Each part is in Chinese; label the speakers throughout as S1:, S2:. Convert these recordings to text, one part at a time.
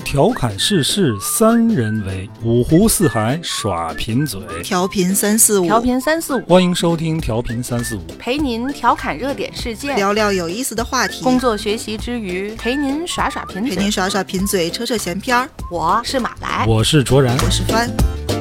S1: 调侃世事三人为，五湖四海耍贫嘴。
S2: 调频345，
S3: 调频345，
S1: 欢迎收听调频345，
S3: 陪您调侃热点事件，
S2: 聊聊有意思的话题，
S3: 工作学习之余陪您耍耍贫嘴，
S2: 陪您耍耍贫嘴，扯扯闲篇儿。
S3: 我是马来，
S1: 我是卓然，
S2: 我是帆。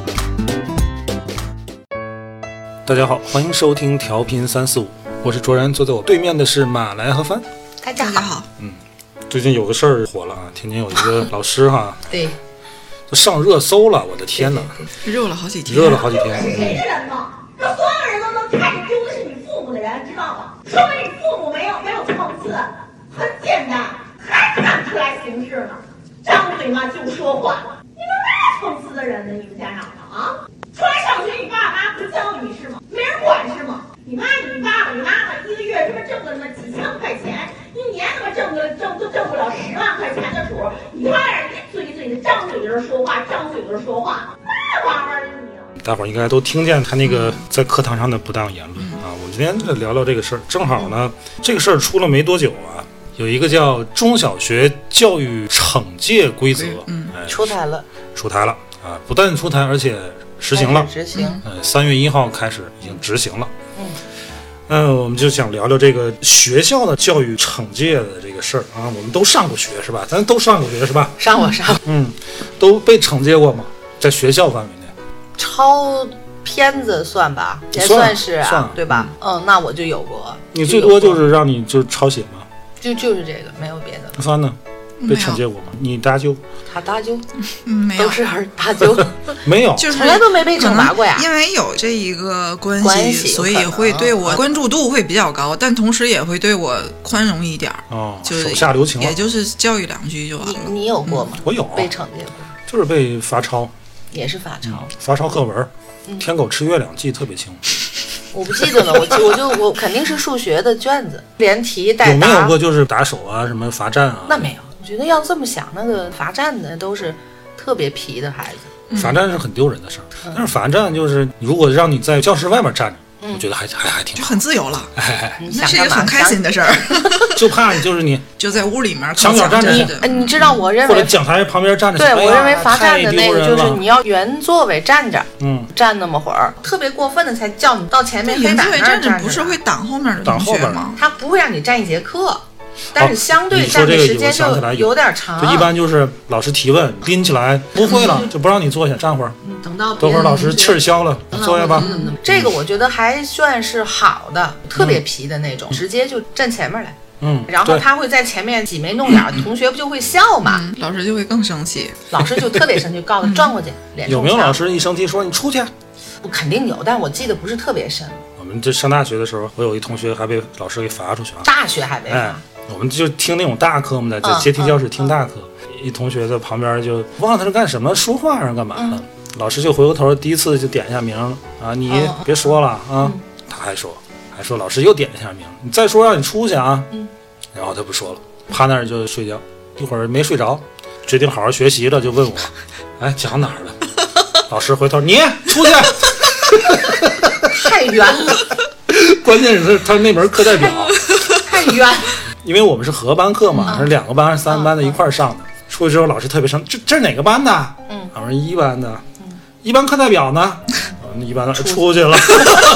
S1: 大家好，欢迎收听调频345，我是卓然，坐在我对面的是马来和帆。
S3: 大家好。
S1: 最近有个事儿火了啊，天津有一个老师哈，
S3: 对，
S1: 都上热搜了，我的天哪，
S2: 热了好几天。
S1: 热了好几天。
S4: 你是人吗？让所有人都能看你丢的是你父母的人，知道吗？说明你父母没有层次，很简单，还不敢出来行事呢，张嘴嘛就说话。你们哪有层次的人呢？你们家长啊？出来上学，你爸妈不教你是吗？没人管是吗？你妈、你爸爸、你妈妈一个月他妈挣个他妈几千块钱，一年他妈挣不了10万块钱的主，你妈让人一嘴一嘴的张嘴就是说话，张嘴就是说话，那玩意儿你。
S1: 大伙儿应该都听见他那个在课堂上的不当言论啊。我们今天就聊聊这个事儿，正好呢，这个事儿出了没多久啊，有一个叫《中小学教育惩戒规则》
S3: 出台了
S1: 啊，不但出台，而且实行了。
S3: 执行
S1: ，3月1号开始已经执行了。我们就想聊聊这个学校的教育惩戒的这个事儿啊。我们都上过学是吧？咱都上过学是吧？
S3: 上过。
S1: 都被惩戒过吗？在学校范围内，
S3: 抄片子算吧，也算是啊，对吧？那我就有过。
S1: 你最多就是让你就抄写吗？
S3: 就是这个，没有别的。
S1: 帆呢？被惩戒过吗？你大舅？
S3: 他大舅？
S2: 没有，
S3: 都是大舅。
S1: 没有，
S2: 就是
S3: 从来都没被惩罚过呀。
S5: 因为有这一个关系，所以
S3: 有
S5: 会对我关注度会比较高，但同时也会对我宽容一点就是
S1: 手下留情了，
S5: 也就是教育2句就完了。
S3: 你有过吗？
S1: 我有
S3: 被惩戒过，
S1: 就是被罚抄，
S3: 也是罚抄，
S1: 罚抄课文，天狗吃月亮记得特别清。
S3: 我不记得了，我肯定是数学的卷子，连题带答。
S1: 有没有过就是打手啊，什么罚站啊？
S3: 那没有，我觉得要这么想，那个罚站的都是特别皮的孩子。
S1: 罚站是很丢人的事儿，但是罚站就是如果让你在教室外面站着，我觉得还挺好，
S5: 就很自由了。那是一个很开心的事儿。
S1: 就怕你就是你
S5: 就在屋里面
S1: 墙角站着，
S3: 你知道我认为
S1: 或者讲台旁边站着，
S3: 对，我认为罚站的那个就是你要原座位站着，站那么会儿，特别过分的才叫你到前面黑板那儿站着。
S5: 不是会挡后面的同学吗？
S3: 他不会让你站一节课。但是相对站的时间就有点长，
S1: 就一般就是老师提问拎起来不会了就不让你坐下，站会儿，等会儿老师气儿消了，坐下吧。
S3: 这个我觉得还算是好的，特别皮的那种，直接就站前面来。然后他会在前面挤眉弄眼，同学不就会笑嘛？
S5: 老师就会更生气，
S3: 老师就特别生气，告诉转过去，脸
S1: 有没有老师一生气说你出去？
S3: 我肯定有，但我记得不是特别深。
S1: 我们这上大学的时候，我有一同学还被老师给罚出去了。
S3: 大学还被罚？
S1: 我们就听那种大课嘛，在阶梯教室听大课，一同学在旁边就忘了他是干什么，说话还是干嘛的，老师就回过头，第一次就点一下名啊，你别说了啊，他还说老师又点一下名，你再说让你出去啊，然后他不说了，趴那儿就睡觉，一会儿没睡着，决定好好学习了，就问我，哎，讲哪儿了？老师回头你出去，
S3: 太远了，
S1: 关键是他那门课代表
S3: 太远。
S1: 因为我们是合班课嘛，是2个班还是3个班的一块儿上的。出去之后，老师特别生，这是哪个班的？我说1班的。1班课代表呢？1班的出去了，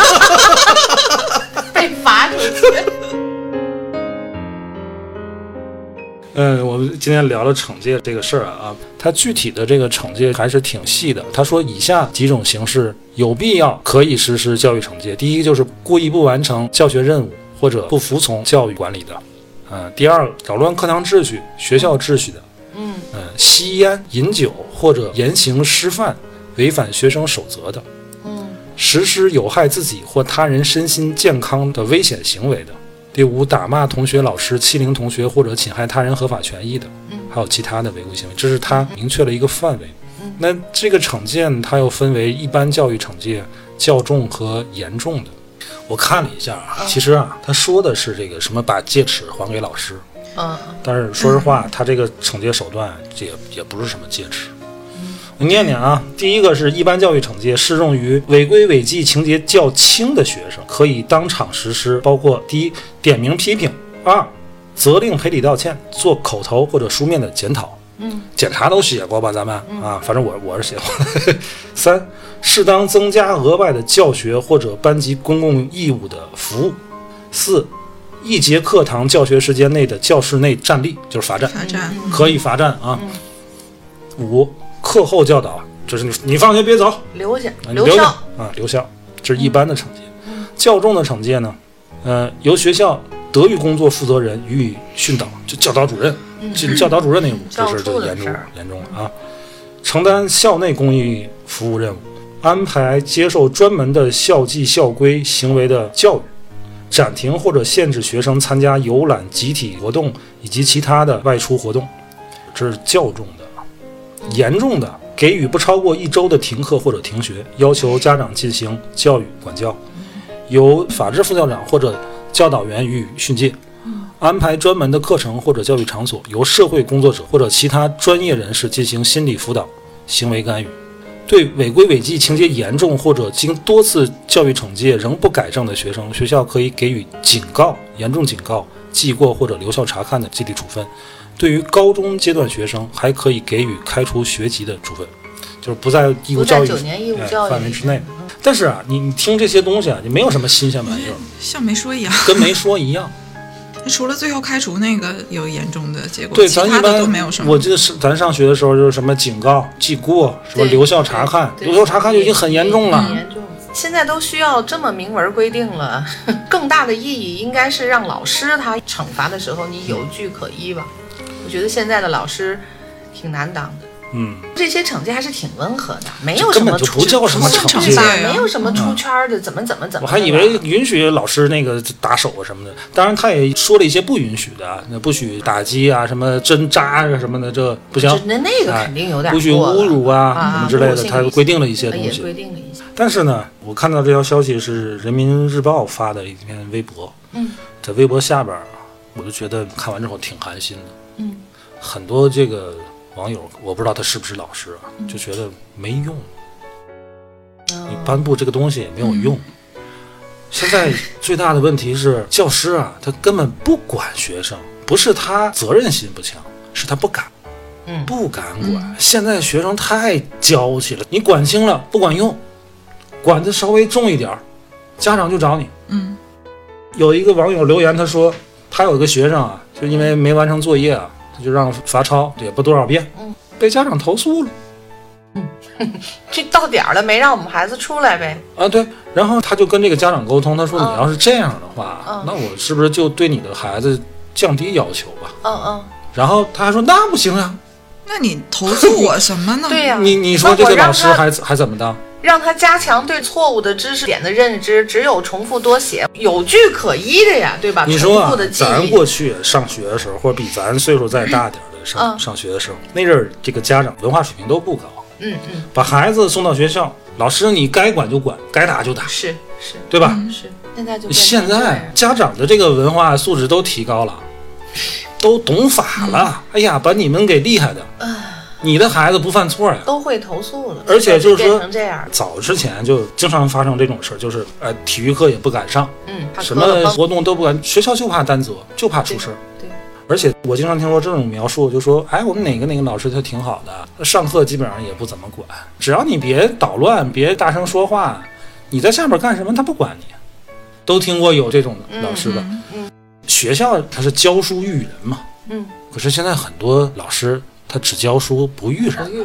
S3: 被罚出去。
S1: 我们今天聊了惩戒这个事儿啊，它具体的这个惩戒还是挺细的。他说以下几种形式有必要可以实施教育惩戒。第一就是故意不完成教学任务或者不服从教育管理的。第二，扰乱课堂秩序、学校秩序的，吸烟、饮酒或者言行失范，违反学生守则的，实施有害自己或他人身心健康的危险行为的。第五，打骂同学、老师、欺凌同学或者侵害他人合法权益的，还有其他的违规行为，这是他明确了一个范围。那这个惩戒它又分为一般教育惩戒、较重和严重的。我看了一下啊，其实啊，他说的是这个什么把戒尺还给老师，但是说实话，他这个惩戒手段也不是什么戒尺。我念念啊，第一个是一般教育惩戒适用于违规违纪情节较轻的学生，可以当场实施，包括第一，点名批评；二，责令赔礼道歉，做口头或者书面的检讨； 检查都写过吧，咱们啊，反正我是写过。3，适当增加额外的教学或者班级公共义务的服务。4，一节课堂教学时间内的教室内站立就是罚站，可以罚站啊。5，课后教导，就是你放学别走，
S3: 留校
S1: 啊，留校，这是一般的惩戒。较重的惩戒呢，由学校德育工作负责人予以训导，就教导主任，教导主任那个这是就严重了啊。承担校内公益服务任务，安排接受专门的校纪校规行为的教育，暂停或者限制学生参加游览、集体活动以及其他的外出活动，这是较重的。严重的，给予不超过1周的停课或者停学，要求家长进行教育管教，由法制副校长或者教导员予以训诫，安排专门的课程或者教育场所，由社会工作者或者其他专业人士进行心理辅导、行为干预。对违规违纪情节严重或者经多次教育惩戒仍不改正的学生，学校可以给予警告、严重警告、记过或者留校察看的纪律处分。对于高中阶段学生，还可以给予开除学籍的处分，就是不在义务教育
S3: 9年义务教育
S1: 范围之内。但是啊，你听这些东西啊，你没有什么新鲜玩意儿，
S5: 像没说一样，
S1: 跟没说一样。
S5: 除了最后开除那个有严重的结果，
S1: 对，
S5: 其他的都没有什么。
S1: 我记得是咱上学的时候，就是什么警告、记过，什么留校察看，留校察看就已经很严重了。
S3: 很严重，现在都需要这么明文规定了。更大的意义应该是让老师他惩罚的时候你有据可依吧。我觉得现在的老师挺难当的。这些惩戒还是挺温和的，没有什么
S1: 根本就不叫什么惩戒，
S3: 没有什么出圈的，怎么。
S1: 我还以为允许老师那个打手啊什么的，当然他也说了一些不允许的，那不许打击啊，什么针扎啊什么的，这不行。
S3: 那个肯定有点
S1: 不许侮辱啊什么之类的，他规定了一些东西。但是呢，我看到这条消息是人民日报发的一篇微博，在微博下边，我就觉得看完之后挺寒心的。很多这个网友，我不知道他是不是老师啊，就觉得没用，你颁布这个东西也没有用。现在最大的问题是教师啊，他根本不管学生，不是他责任心不强，是他不敢，不敢管。现在学生太娇气了，你管轻了不管用，管得稍微重一点，家长就找你。有一个网友留言，他说他有一个学生啊，就因为没完成作业啊，他就让罚抄，也不多少遍，被家长投诉了。
S3: 这到点了没让我们孩子出来呗？
S1: 啊，对。然后他就跟这个家长沟通，他说：“你要是这样的话，那我是不是就对你的孩子降低要求吧？”然后他还说：“那不行啊，
S5: 那你投诉我什么呢？”
S3: 对呀，
S1: 你说这个老师还怎么当？
S3: 让他加强对错误的知识点的认知，只有重复多写，有据可依的呀，对吧？
S1: 你说
S3: 重复的记忆。
S1: 咱过去上学的时候，或者比咱岁数再大点的上学的时候，那阵儿这个家长文化水平都不高。把孩子送到学校，老师你该管就管，该打就打，
S3: 是，
S1: 对吧？
S3: 是。
S1: 现在家长的这个文化素质都提高了，都懂法了。哎呀，把你们给厉害的。你的孩子不犯错呀，
S3: 都会投诉了。
S1: 而且就是说，
S3: 早
S1: 之前就经常发生这种事，就是体育课也不敢上，什么活动都不敢，学校就怕担责，就怕出事。
S3: 对。
S1: 而且我经常听说这种描述，就说，我们哪个老师他挺好的，上课基本上也不怎么管，只要你别捣乱，别大声说话，你在下边干什么他不管你。都听过有这种老师吧？学校他是教书育人嘛，可是现在很多老师他只教书不育人，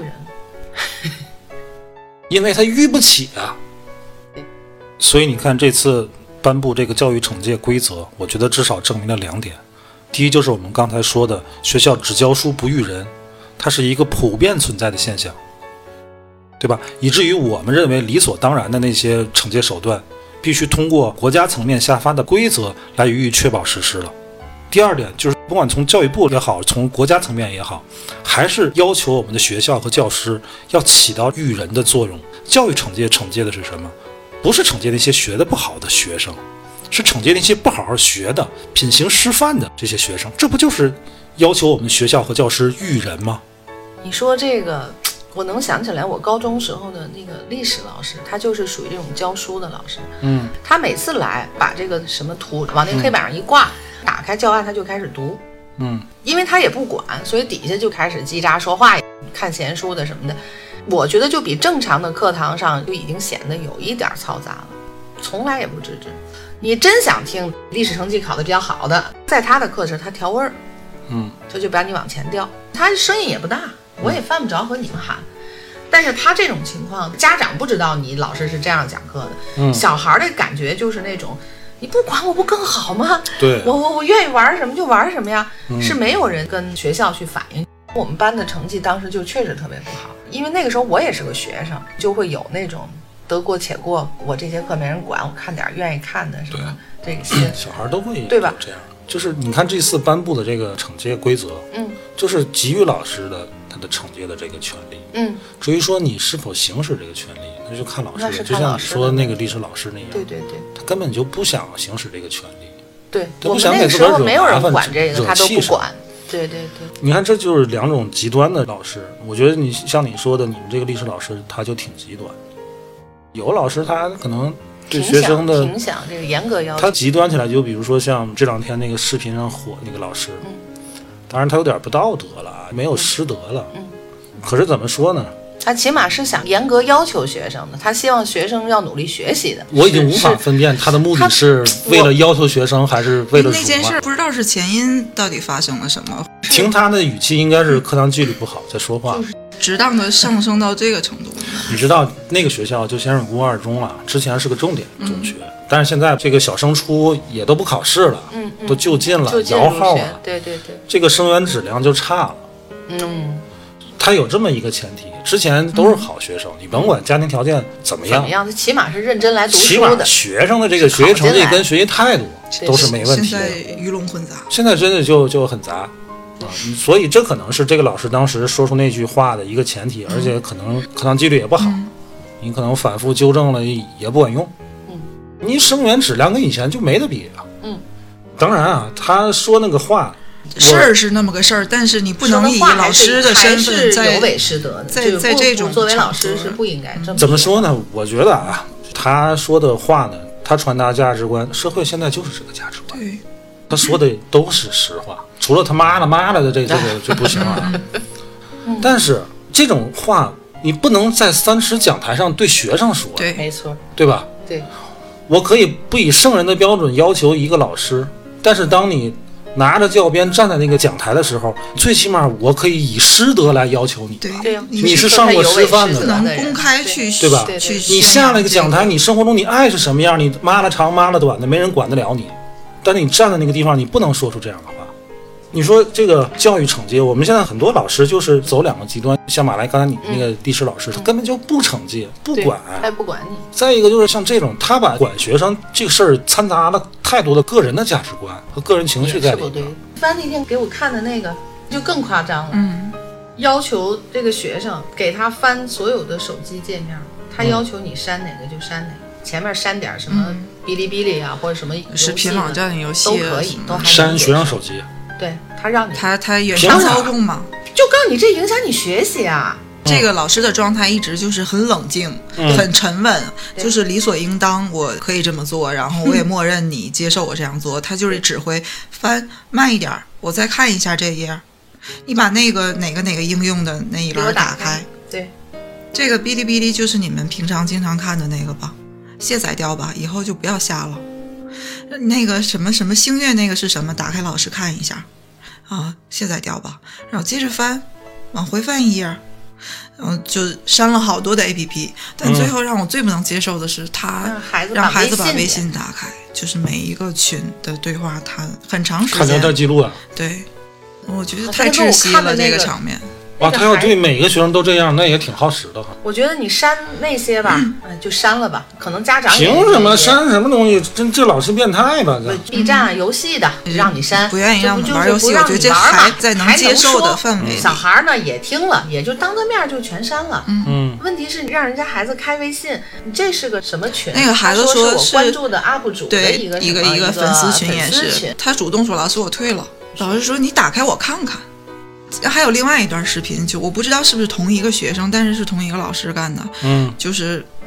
S1: 因为他育不起啊。所以你看这次颁布这个教育惩戒规则，我觉得至少证明了2点。第一，就是我们刚才说的学校只教书不育人，它是一个普遍存在的现象，对吧？以至于我们认为理所当然的那些惩戒手段，必须通过国家层面下发的规则来予以确保实施了。第二点就是，不管从教育部也好，从国家层面也好，还是要求我们的学校和教师要起到育人的作用。教育惩戒的是什么？不是惩戒那些学得不好的学生，是惩戒那些不好好学的、品行失范的这些学生。这不就是要求我们学校和教师育人吗？
S3: 你说这个，我能想起来我高中时候的那个历史老师，他就是属于这种教书的老师。他每次来把这个什么图往那个黑板上一挂，打开教案他就开始读， 因为他也不管，所以底下就开始叽喳说话，看闲书的什么的。我觉得就比正常的课堂上就已经显得有一点嘈杂了，从来也不制止。你真想听历史成绩考得比较好的，在他的课时他调味儿，他就把你往前调，他声音也不大，我也犯不着和你们喊。但是他这种情况，家长不知道你老师是这样讲课的，小孩的感觉就是那种，你不管我不更好吗？
S1: 对，
S3: 我愿意玩什么就玩什么呀，是没有人跟学校去反映。我们班的成绩当时就确实特别不好，因为那个时候我也是个学生，就会有那种得过且过，我这节课没人管，我看点愿意看的什么这个心，
S1: 小孩都会
S3: 对吧？
S1: 这样，就是你看这次颁布的这个惩戒规则，就是给予老师的他的惩戒的这个权利，至于说你是否行使这个权利，那就看老师了。就像你说的那个历史老师那样，
S3: 对，
S1: 他根本就不想行使这个权利，
S3: 对，
S1: 他不想给自
S3: 我们那个时候没有人
S1: 个
S3: 管这个，他都不管。对，
S1: 你看这就是两种极端的老师。我觉得你像你说的，你们这个历史老师他就挺极端。有老师他可能对学生的
S3: 影响这个严格要求，
S1: 他极端起来，就比如说像这两天那个视频上火那个老师，当然他有点不道德了，没有师德了，可是怎么说呢？
S3: 他起码是想严格要求学生的，他希望学生要努力学习的。
S1: 我已经无法分辨他的目的是为了要求学生，还是为了
S5: 那件事不知道是前因到底发生了什么。
S1: 听他的语气，应该是课堂纪律不好在说话，
S5: 值当的上升到这个程度。
S1: 你知道那个学校就先生公二中了，之前是个重点中学，但是现在这个小升初也都不考试了，都就近了，摇号了，
S3: 对，
S1: 这个生源质量就差了。他有这么一个前提，之前都是好学生，你甭管家庭条件怎么样，
S3: 他起码是认真来读书的。
S1: 起码学生的这个学习成绩跟学习态度都是没问题的。
S5: 现在鱼龙混杂，
S1: 现在真的就很杂。所以这可能是这个老师当时说出那句话的一个前提，而且可能课堂纪律也不好，你可能反复纠正了也不管用。你生源质量跟以前就没得比啊。当然啊，他说那个话
S5: 事儿是那么个事儿，但是你不能以老师的身份
S3: 在有违师德的，
S5: 在这种
S3: 作为老师是不应该这么。
S1: 怎么说呢？我觉得啊，他说的话呢，他传达价值观，社会现在就是这个价值观。
S5: 对，
S1: 他说的都是实话，除了他妈了的这个就不行啊。但是这种话你不能在三尺讲台上对学生说，
S5: 对，
S3: 没错，
S1: 对吧？
S3: 对，
S1: 我可以不以圣人的标准要求一个老师，但是当你拿着教鞭站在那个讲台的时候，最起码我可以以师德来要求你。
S5: 对，
S1: 你是上过师范的，
S5: 不能公开去，
S1: 对吧？你下了一个讲台，你生活中你爱是什么样，你抹了长抹了短的，没人管得了你。但是你站在那个地方，你不能说出这样的话。你说这个教育惩戒，我们现在很多老师就是走两个极端，像马来刚才你那个历史老师，他根本就不惩戒，不管，
S3: 他不管你。
S1: 再一个就是像这种，他把管学生这个事儿掺杂了太多的个人的价值观和个人情绪在里面。
S3: 翻那天给我看的那个就更夸张了，要求这个学生给他翻所有的手机界面，他要求你删哪个就删哪个，前面删点什么哔哩哔哩啊或者什么
S5: 视频网站的游戏
S3: 都可以，都还
S1: 删学生手机。
S3: 对，他让你
S5: 他远程操控嘛，
S3: 就告诉你这影响你学习啊。
S5: 这个老师的状态一直就是很冷静，很沉稳，就是理所应当，我可以这么做，然后我也默认你接受我这样做。他就是指挥翻慢一点，我再看一下这页，你把那个哪个应用的那一栏打开。
S3: 对，
S5: 这个哔哩哔哩就是你们平常经常看的那个吧，卸载掉吧，以后就不要下了。那个什么什么星月那个是什么？打开老师看一下啊，卸载掉吧，然后接着翻，往回翻一页，然后就删了好多的 APP。但最后让我最不能接受的是，他让孩子把微信打开，就是每一个群的对话，他很长时间
S1: 看聊天记录啊。
S5: 对，我觉得太窒息了这个场面。
S1: 哇，他要对每个学生都这样，那也挺耗时的哈。
S3: 我觉得你删那些吧，就删了吧。可能家长
S1: 凭什么删什么东西？这老师变态吧
S3: ？B 站游戏的让你删，
S5: 不愿意让你玩游戏，我觉得这还在能接受的范围。
S3: 小孩呢也听了，也就当着面就全删了。问题是让人家孩子开微信，你这是个什么群？
S5: 那个孩子说
S3: 我关注的 UP 主的一
S5: 个粉丝群也是，他主动说老师我退了，老师说你打开我看看。还有另外一段视频，就我不知道是不是同一个学生，但是是同一个老师干的。就是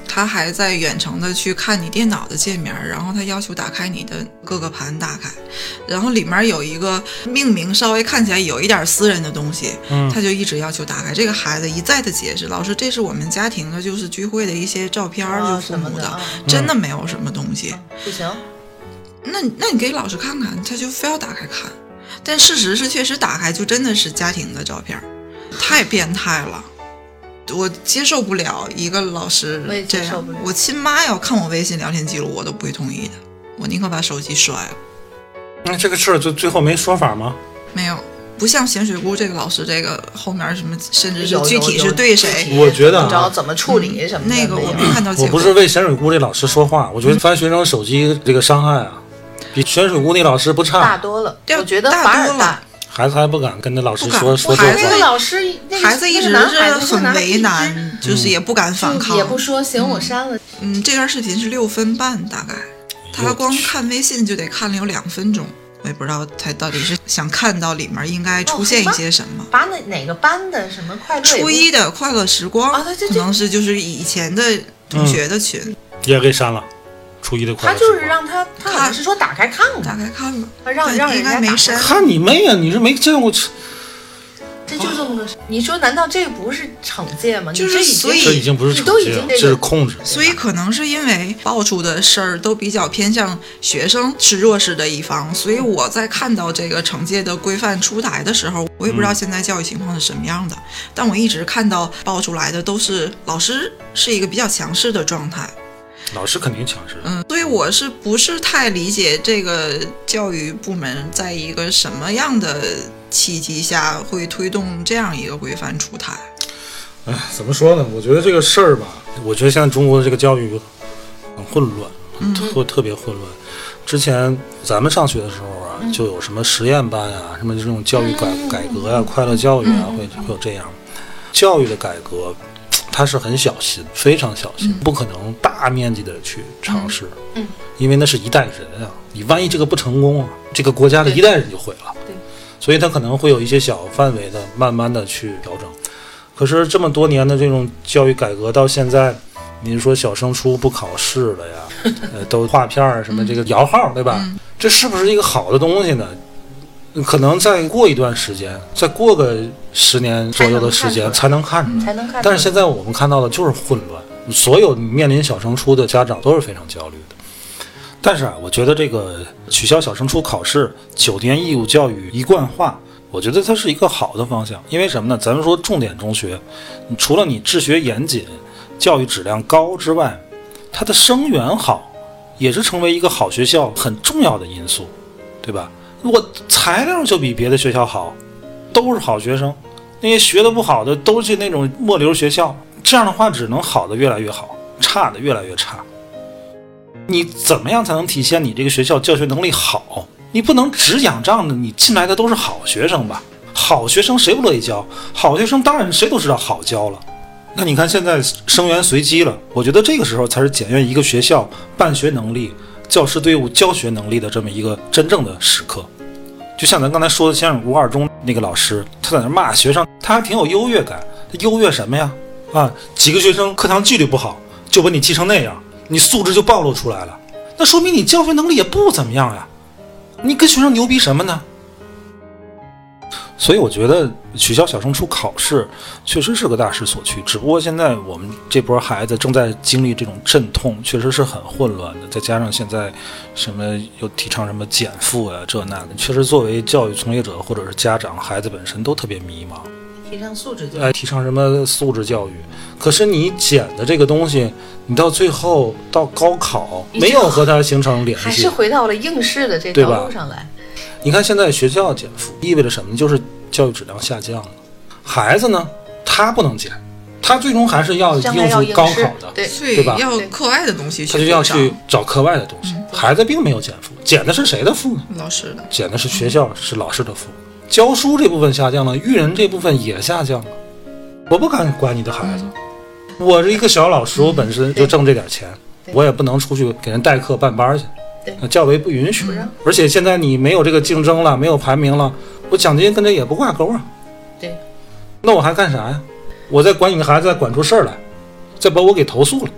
S5: 他还在远程的去看你电脑的界面，然后他要求打开你的各个盘打开，然后里面有一个命名稍微看起来有一点私人的东西，他就一直要求打开。这个孩子一再的解释，老师这是我们家庭的就是聚会的一些照片，就父母的，真的没有什么东西。
S3: 不行，
S5: 那你给老师看看，他就非要打开看。但事实是确实打开就真的是家庭的照片，太变态了，我接受不了一个老师这样。我亲妈要看我微信聊天记录我都不会同意的，我宁可把手机摔了。
S1: 那这个事儿就最后没说法吗？
S5: 没有，不像咸水姑这个老师，这个后面什么甚至是具体是对谁，
S1: 我觉得
S3: 不知道怎么处理什么的，
S5: 那个我没看到结果。
S1: 我不是为咸水姑这老师说话，我觉得翻学生手机这个伤害啊比咸水姑那老师不差
S3: 大多了，我觉得反而大。
S1: 孩子还不敢跟那老师说这话。
S5: 孩子一直是很为难，就是也不敢反抗，
S3: 也不说行我删了。
S5: 这段视频是6分半大概，他光看微信就得看了有2分钟，我也不知道他到底是想看到里面应该出现一些什么。
S3: 把哪个班的什么快乐
S5: 初一的快乐时光
S3: 啊，对
S5: 可能是就是以前的同学的群，
S1: 也给删了。初一的快乐
S3: 他就是让他好像是说打开看看，
S5: 打开看了，
S3: 他让人家
S5: 没删。
S1: 看你妹啊！你是没见过
S3: 这就这么个事。你说难道这不是惩戒吗？
S5: 就是所以
S1: 这已经不是惩戒，这是控制。
S5: 所以可能是因为爆出的事儿都比较偏向学生是弱势的一方，所以我在看到这个惩戒的规范出台的时候，我也不知道现在教育情况是什么样的，但我一直看到爆出来的都是老师是一个比较强势的状态。
S1: 老师肯定强势，
S5: 所以我是不是太理解这个教育部门在一个什么样的契机下会推动这样一个规范出台？
S1: 怎么说呢？我觉得这个事儿吧，我觉得现在中国的这个教育很混乱，特别混乱。之前咱们上学的时候啊，就有什么实验班啊，什么这种教育改革啊，快乐教育啊，会有这样教育的改革。他是很小心，非常小心，不可能大面积的去尝试，因为那是一代人啊，你万一这个不成功啊，这个国家的一代人就毁了。
S3: 对，
S1: 所以他可能会有一些小范围的，慢慢的去调整。可是这么多年的这种教育改革到现在，你说小升初不考试了呀，都画片什么这个摇号，对吧？这是不是一个好的东西呢？可能再过一段时间，再过个10年左右的时间才能看出来。但是现在我们看到的就是混乱，所有面临小升初的家长都是非常焦虑的。但是啊，我觉得这个取消小升初考试，9年义务教育一贯化，我觉得它是一个好的方向。因为什么呢？咱们说重点中学，除了你治学严谨、教育质量高之外，它的生源好，也是成为一个好学校很重要的因素，对吧？我材料就比别的学校好，都是好学生，那些学得不好的都是那种末流学校，这样的话只能好的越来越好，差的越来越差。你怎么样才能体现你这个学校教学能力好？你不能只仰仗的你进来的都是好学生吧？好学生谁不乐意教？好学生当然谁都知道好教了。那你看现在生源随机了，我觉得这个时候才是检验一个学校办学能力、教师队伍教学能力的这么一个真正的时刻。就像咱刚才说的咸水姑2中那个老师，他在那骂学生，他还挺有优越感。他优越什么呀？几个学生课堂纪律不好，就把你记成那样，你素质就暴露出来了，那说明你教学能力也不怎么样呀。你跟学生牛逼什么呢？所以我觉得取消小升初考试确实是个大势所趋，只不过现在我们这波孩子正在经历这种阵痛，确实是很混乱的。再加上现在什么又提倡什么减负啊，这那的，确实作为教育从业者或者是家长，孩子本身都特别迷茫。
S3: 提倡素质教育，
S1: 提倡什么素质教育？可是你减的这个东西，你到最后到高考没有和它形成联系，
S3: 还是回到了应试的这条路上来。
S1: 你看现在学校减负意味着什么？就是教育质量下降了。孩子呢，他不能减，他最终还是要应付高考的，对吧？
S5: 要课外的东西去，
S1: 他就要去找课外的东西。孩子并没有减负，减的是谁的负呢？
S5: 老师的，
S1: 减的是学校，是老师的负。教书这部分下降了，育人这部分也下降了。我不敢管你的孩子，我是一个小老师，我本身就挣这点钱，我也不能出去给人代课办班去。教委不允许，而且现在你没有这个竞争了，没有排名了，我奖金跟这也不挂钩啊。
S3: 对，
S1: 那我还干啥呀？我再管你的孩子，再管出事儿来，再把我给投诉了，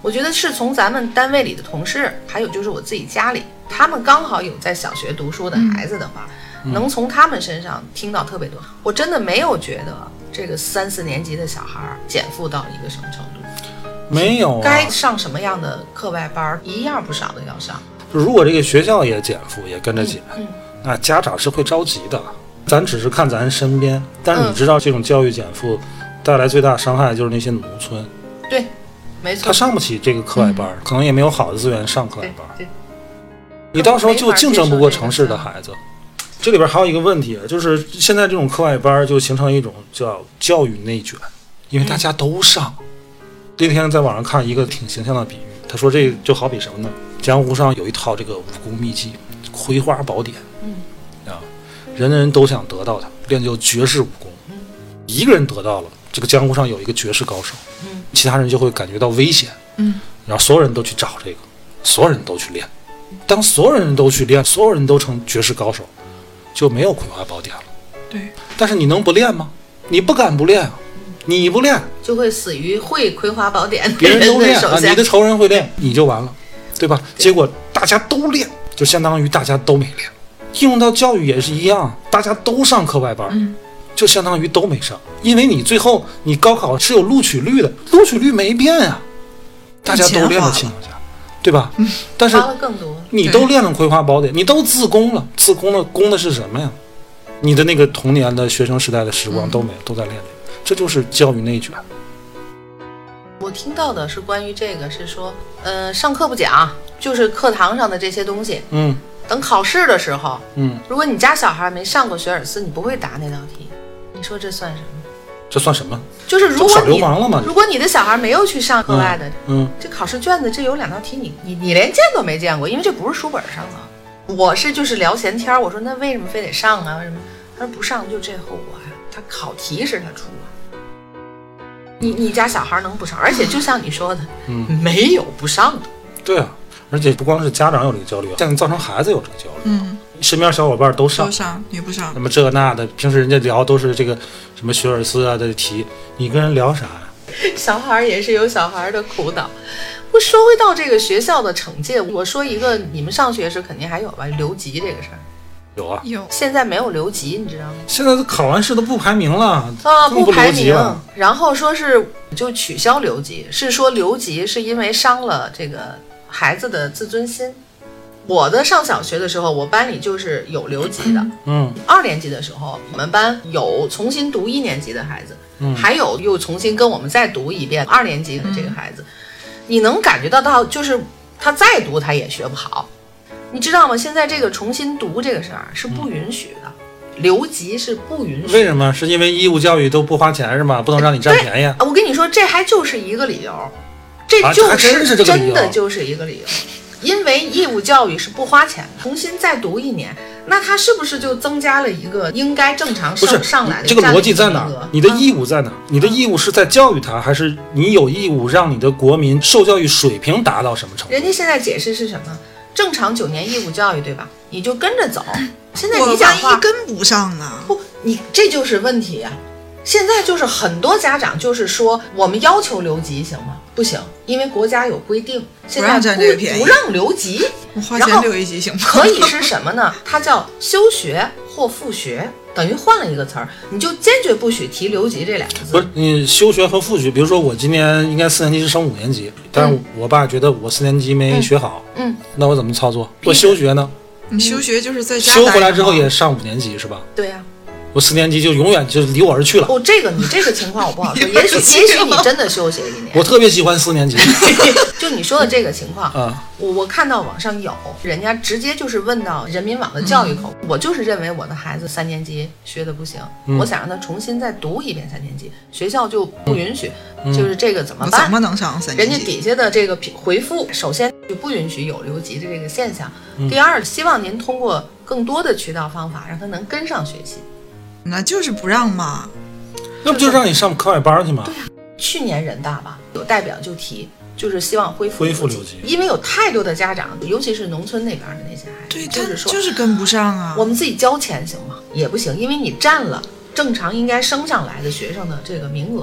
S3: 我觉得是从咱们单位里的同事，还有就是我自己家里，他们刚好有在小学读书的孩子的话，能从他们身上听到特别多。我真的没有觉得这个3、4年级的小孩减负到一个什么程度，
S1: 没有啊，
S3: 该上什么样的课外班一样不少的要上。
S1: 如果这个学校也减负，也跟着减，那家长是会着急的。咱只是看咱身边，但是你知道这种教育减负带来最大伤害就是那些农村，
S3: 对，没错，
S1: 他上不起这个课外班，可能也没有好的资源上课外班，
S3: 对，
S1: 你到时候就竞争不过城市的孩子。这里边还有一个问题，就是现在这种课外班就形成一种叫教育内卷，因为大家都上。那天在网上看一个挺形象的比喻，他说这就好比什么呢？江湖上有一套这个武功秘籍《葵花宝典》，人人都想得到它，练就绝世武功。一个人得到了，这个江湖上有一个绝世高手，其他人就会感觉到危险，然后所有人都去找这个，所有人都去练。当所有人都去练，所有人都成绝世高手，就没有葵花宝典了。
S5: 对，
S1: 但是你能不练吗？你不敢不练啊！你不练，
S3: 就会死于会葵花宝典
S1: 别人都练
S3: 啊，
S1: 你的仇人会练，你就完了，对吧？结果大家都练，就相当于大家都没练。应用到教育也是一样，大家都上课外班，就相当于都没上，因为你最后你高考是有录取率的，录取率没变啊，大家都练的情况下，对吧？但是你都练了葵花宝典，你都自宫了，自宫了，攻的是什么呀？你的那个童年的学生时代的时光都没有，都在练这就是教育内卷。
S3: 我听到的是关于这个，是说，上课不讲，就是课堂上的这些东西，等考试的时候，如果你家小孩没上过学而思，你不会答那道题，你说这算什么？
S1: 这算什么？
S3: 就是如果
S1: 耍流氓了吗？
S3: 如果你的小孩没有去上课外的，这考试卷子这有2道题，你连见都没见过，因为这不是书本上的。我是就是聊闲天，我说那为什么非得上啊？为什么？他说不上就这后果呀，他考题是他出啊。你家小孩能不上？而且就像你说的，没有不上的。
S1: 对啊，而且不光是家长有这个焦虑，现在造成孩子有这个焦虑。身边小伙伴都上，
S5: 你不上，
S1: 那么这那的，平时人家聊都是这个什么学而思啊的题，你跟人聊啥呀？
S3: 小孩也是有小孩的苦恼。不说回到这个学校的惩戒，我说一个，你们上学时肯定还有吧？留级这个事儿。
S1: 有啊，
S5: 有。
S3: 现在没有留级，你知道吗？
S1: 现在考完试都不排名了
S3: 啊，不排名。然后说是就取消留级，是说留级是因为伤了这个孩子的自尊心。我的上小学的时候，我班里就是有留级的。2年级的时候，我们班有重新读1年级的孩子，还有又重新跟我们再读一遍2年级的这个孩子。你能感觉到，就是他再读他也学不好。你知道吗？现在这个重新读这个事儿是不允许的，留级是不允许的。
S1: 为什么？是因为义务教育都不花钱是吗？不能让你占便宜。
S3: 我跟你说，这还就是一个理由，这就是真的就是一个理由。因为义务教育是不花钱的，重新再读1年，那他是不是就增加了一个应该正常上来的
S1: 这个逻辑在哪儿？你的义务在哪儿？你的义务是在教育他，还是你有义务让你的国民受教育水平达到什么程度？
S3: 人家现在解释是什么？正常9年义务教育，对吧？你就跟着走。现在你讲话
S5: 跟不上呢？
S3: 不，你这就是问题啊！现在就是很多家长就是说，我们要求留级行吗？不行，因为国家有规定，现在不让留级。
S5: 我花钱留一级行吗？
S3: 可以是什么呢？它叫休学或复学，等于换了一个词儿，你就坚决不许提留级这2个字。
S1: 不是你休学和复学，比如说我今年应该4年级是升5年级，但是我爸觉得我4年级没学好，那我怎么操作？我休学呢？
S5: 你休学就是在家
S1: 休回来之后也上5年级是吧？
S3: 对呀。
S1: 我4年级就永远就离我而去了。
S3: 你这个情况我不好说，也许你真的休学1年。
S1: 我特别喜欢4年级。
S3: 就你说的这个情况，我看到网上有人家直接就是问到人民网的教育口，我就是认为我的孩子3年级学的不行，我想让他重新再读一遍3年级，学校就不允许，就是这个怎么办？
S5: 怎么能上3年级？
S3: 人家底下的这个回复，首先就不允许有留级的这个现象，第二，希望您通过更多的渠道方法让他能跟上学习。
S5: 那就是不让嘛，
S1: 那不就让你上课外班去吗？
S3: 对呀，去年人大吧有代表就提，就是希望恢复留级，因为有太多的家长，尤其是农村那边的那些孩子，
S5: 对，
S3: 就是说
S5: 就是跟不上啊。
S3: 我们自己交钱行吗？也不行，因为你占了正常应该升上来的学生的这个名额，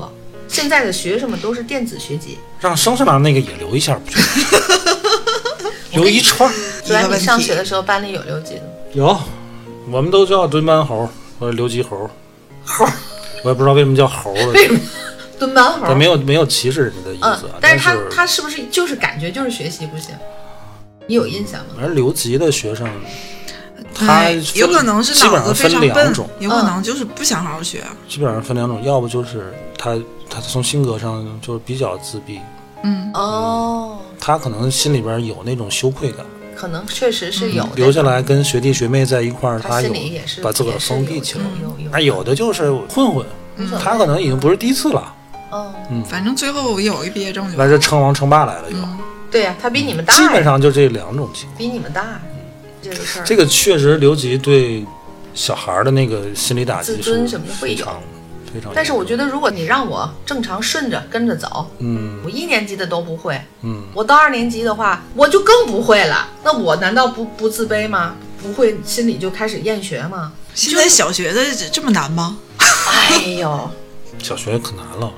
S3: 现在的学生们都是电子学籍，
S1: 让生下来那个也留一下不就留一串。
S3: 虽然你上学的时候班里有留级的，
S1: 有，我们都叫蹲班猴或者留级猴。我也不知道为什么叫猴了。
S3: 蹲班猴，
S1: 但没有歧视人的意思。
S3: 但是他是不是就是感觉就是学习不行？你有印象吗？
S1: 而留级的学生，他
S5: 有可能是脑子非常笨，有可能就是不想好好学。
S1: 基本上分两种，要不就是他从性格上就是比较自闭，他可能心里边有那种羞愧感，
S3: 可能确实是有
S1: 留下来跟学弟学妹在一块儿，他有把自个儿封闭起来。有的就是混混，他可能已经不是第一次了。
S5: 反正最后有一毕业证就
S1: 来这称王称霸来了又。
S3: 对呀，他比你们大。
S1: 基本上就这两种情况。
S3: 比你们大，这个事儿。
S1: 这个确实留级对小孩的那个心理打击
S3: 自尊什么的会有。
S1: 非常。
S3: 但是我觉得，如果你让我正常顺着跟着走，我1年级的都不会，我到2年级的话，我就更不会了。那我难道不自卑吗？不会心里就开始厌学吗？
S5: 现在小学的这么难吗？
S3: 哎呦，
S1: 小学可难了。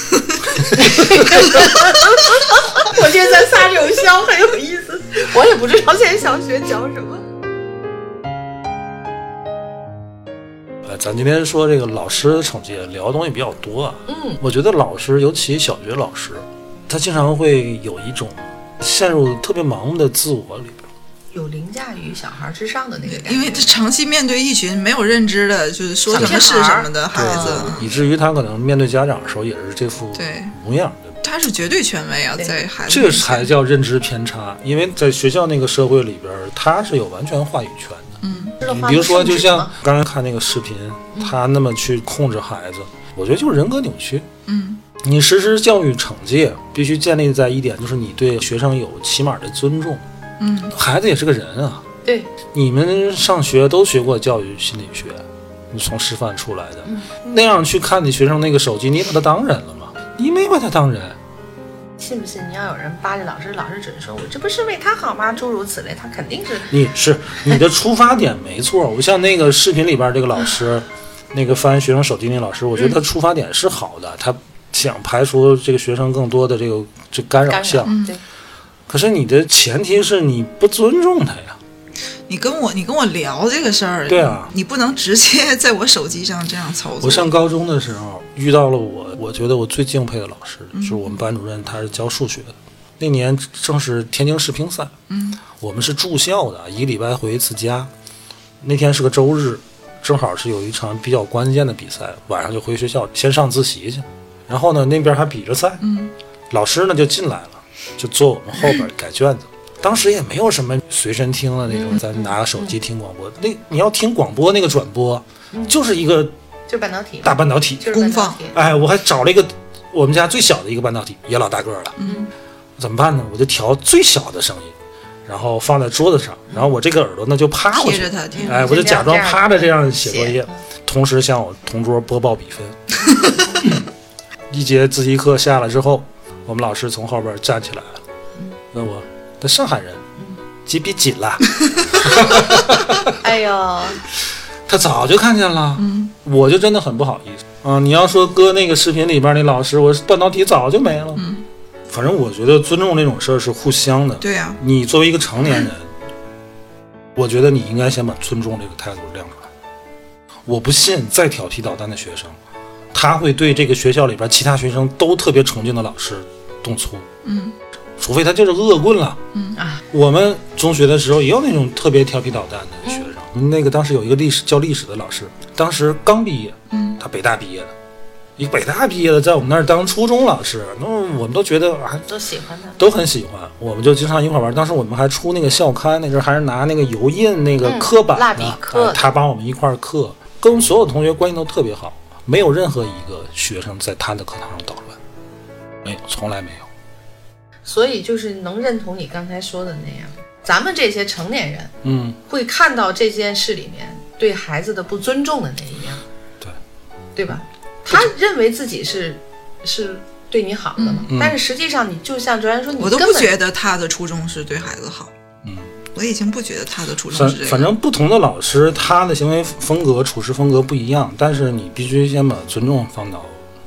S3: 我觉得咱仨这种笑很有意思，我也不知道现在小学教什么。
S1: 咱今天说这个老师的成绩，聊的东西比较多啊。我觉得老师，尤其小学老师，他经常会有一种陷入特别盲目的自我里边，
S3: 有凌驾于小孩之上的那个感觉。
S5: 因为他长期面对一群没有认知的，就是说什么是什么的孩子，
S1: 以至于他可能面对家长的时候也是这副模样。
S5: 他是绝对权威啊，在孩子
S1: 这个才叫认知偏差。因为在学校那个社会里边，他是有完全话语权的。你比如说，就像刚才看那个视频，他那么去控制孩子，我觉得就是人格扭曲。你实施教育惩戒必须建立在一点，就是你对学生有起码的尊重。孩子也是个人啊。
S3: 对，
S1: 你们上学都学过教育心理学，你从师范出来的，那样去看你学生那个手机，你把他当人了吗？你没把他当人。
S3: 信不信你要有人扒着老师只是说我这不是为他好吗？诸如此类，他肯定是
S1: 你的出发点没错。我像那个视频里边这个老师，那个翻学生手机那老师，我觉得他出发点是好的，他想排除这个学生更多的这干扰项。可是你的前提是你不尊重他呀。
S5: 你跟我聊这个事儿，
S1: 对啊，
S5: 你不能直接在我手机上这样操作。
S1: 我上高中的时候遇到了我觉得我最敬佩的老师，就是我们班主任，他是教数学的。那年正是天津世乒赛，我们是住校的，1个礼拜回一次家。那天是个周日，正好是有一场比较关键的比赛，晚上就回学校先上自习去。然后呢，那边还比着赛，老师呢就进来了，就坐我们后边改卷子。当时也没有什么随身听的那种，咱拿手机听广播。你要听广播那个转播，就是一个
S3: 就半导体
S1: 大半导体
S5: 功放。
S1: 哎，我还找了一个我们家最小的一个半导体，也老大个了。怎么办呢？我就调最小的声音，然后放在桌子上，然后我这个耳朵呢就趴过去，
S5: 贴着它听。
S1: 哎，我就假装趴着这样写作业，同时向我同桌播报比分。一节自习课下来之后，我们老师从后边站起来了，问我。他上海人，几比几了？
S3: 哎呦，
S1: 他早就看见了，我就真的很不好意思啊！你要说搁那个视频里边那老师，我半导体早就没了。反正我觉得尊重这种事儿是互相的。
S5: 对呀，
S1: 你作为一个成年人，我觉得你应该先把尊重这个态度亮出来。我不信再调皮捣蛋的学生，他会对这个学校里边其他学生都特别崇敬的老师动粗。除非他就是恶棍了。我们中学的时候也有那种特别调皮捣蛋的学生。那个当时有一个教历史的老师，当时刚毕业，他北大毕业的，一个北大毕业的在我们那儿当初中老师，那我们都觉得啊，
S3: 都喜欢他，
S1: 都很喜欢，我们就经常一块玩。当时我们还出那个校刊，那时候还是拿那个油印那个刻板
S3: 蜡笔刻，
S1: 他帮我们一块刻，跟所有同学关系都特别好，没有任何一个学生在他的课堂上捣乱，没有，从来没有。
S3: 所以就是能认同你刚才说的那样，咱们这些成年人，会看到这件事里面对孩子的不尊重的那一面，对吧？他认为自己是对你好的嘛，但是实际上你就像卓然说，你
S5: 我都不觉得他的初衷是对孩子好，我已经不觉得他的初衷是这个。
S1: 反正不同的老师，他的行为风格、处事风格不一样，但是你必须先把尊重放到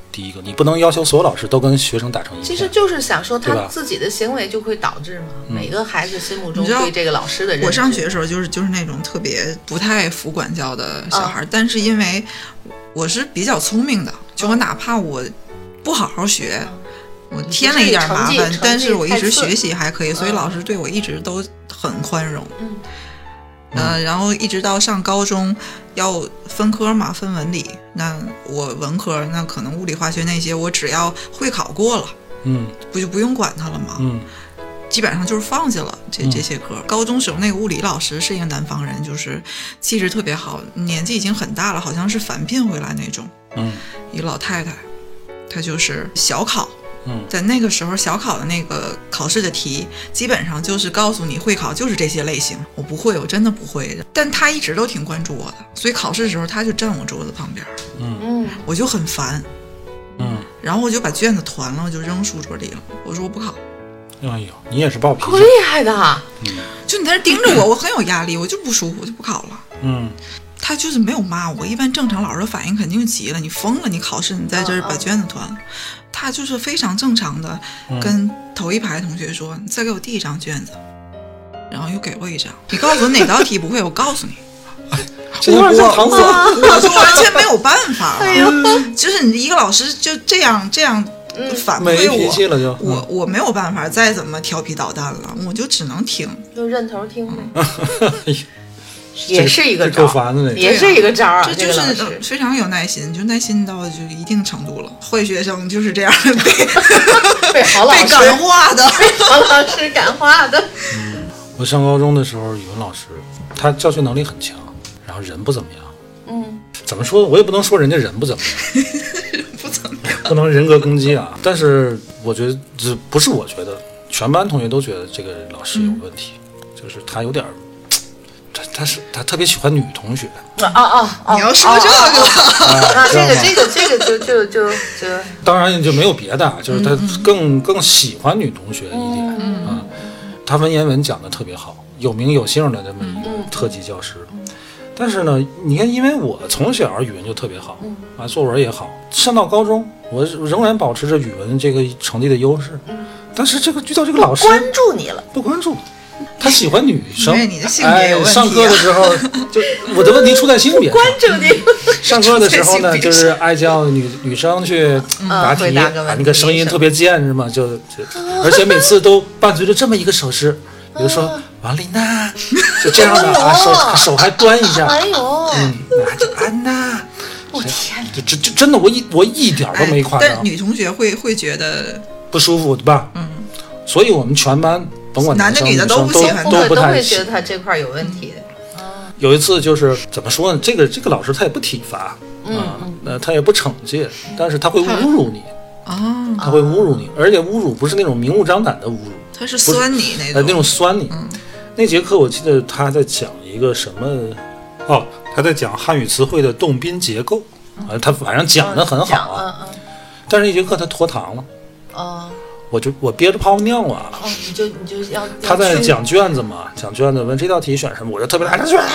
S1: 第一个，你不能要求所有老师都跟学生打成一片。
S3: 其实就是想说他
S1: 对吧
S3: 自己的行为就会导致嘛，每个孩子心目中对这个老师的认知。
S5: 我上学的时候就是那种特别不太服管教的小孩，但是因为我是比较聪明的，就我哪怕我不好好学，我添了一点麻烦，但是我一直学习还可以，所以老师对我一直都很宽容。然后一直到上高中要分科嘛，分文理，那我文科那可能物理化学那些我只要会考过了，不就不用管它了吗？基本上就是放下了这些科。高中时候那个物理老师是一个南方人，就是气质特别好，年纪已经很大了，好像是返聘回来那种，一个老太太，她就是小考。在那个时候小考的那个考试的题基本上就是告诉你会考就是这些类型，我不会，我真的不会，但他一直都挺关注我的，所以考试的时候他就站我桌子旁边，我就很烦，然后我就把卷子团了，我就扔书桌里了，我说我不考。
S1: 哎呦，你也是暴脾气，
S3: 好厉害的，
S5: 就你在这盯着我，我很有压力，我就不舒服，我就不考了。他就是没有骂我，一般正常老师的反应肯定急了，你疯了，你考试你在这儿把卷子团了。他就是非常正常的跟头一排同学说，你再给我递一张卷子，然后又给我一张，你告诉我哪道题不会，我告诉你。我就完全没有办法了，就是你一个老师就这样反
S1: 没
S5: 馈
S1: 脾气了就
S5: 我没有办法再怎么调皮捣蛋了，我就只能听，
S3: 就认头听呗。也是一个
S1: 够烦的，
S3: 也是一个招啊！
S5: 这就是非常有耐心，就耐心到就一定程度了。坏学生就是这样
S3: 被好老师
S5: 感化的，
S3: 被好老师感化的。
S1: 我上高中的时候，语文老师他教学能力很强，然后人不怎么样。怎么说？我也不能说人家人不怎么样，
S5: 不怎么样，
S1: 不能人格攻击啊。但是我觉得，这不是我觉得，全班同学都觉得这个老师有问题，就是他有点。他特别喜欢女同学
S5: 你要说这个，
S3: 这个就
S1: 当然就没有别的，就是他更喜欢女同学一点啊。他文言文讲的特别好，有名有姓的这么一个特级教师。但是呢，你看，因为我从小语文就特别好啊，作文也好，上到高中我仍然保持着语文这个成绩的优势。但是这个遇到这个老师
S3: 关注你了，
S1: 不关注。他喜欢女生，
S5: 因为你的性别有问题
S1: 上课的时候，就我的问题出在性别上。
S3: 关注你。
S1: 上课的时候呢，就是爱叫女生去答题，那个声音特别贱是吗？而且每次都伴随着这么一个手势，比如说王丽娜，就这样的啊，手还端一下，
S3: 哎呦，
S1: 那就安娜。
S3: 我天，
S1: 这真的我一点都没夸张。
S5: 但女同学会觉得
S1: 不舒服，对吧？所以我们全班。甭管
S5: 男的女的
S1: 都
S5: 不喜欢，
S1: 都不太
S3: 会觉得他这块有问题的。
S1: 有一次就是怎么说呢？这个老师他也不体罚他也不惩戒，但是他会侮辱你他会侮辱你，而且侮辱不是那种明目张胆的侮辱，
S5: 他是酸你那
S1: 种酸你。那节课我记得他在讲一个什么他在讲汉语词汇的动宾结构他反正讲得很好但是那节课他拖堂了我憋着泡尿啊！
S3: 你就要
S1: 他在讲卷子嘛，讲卷子问这道题选什么，我就特别来着卷，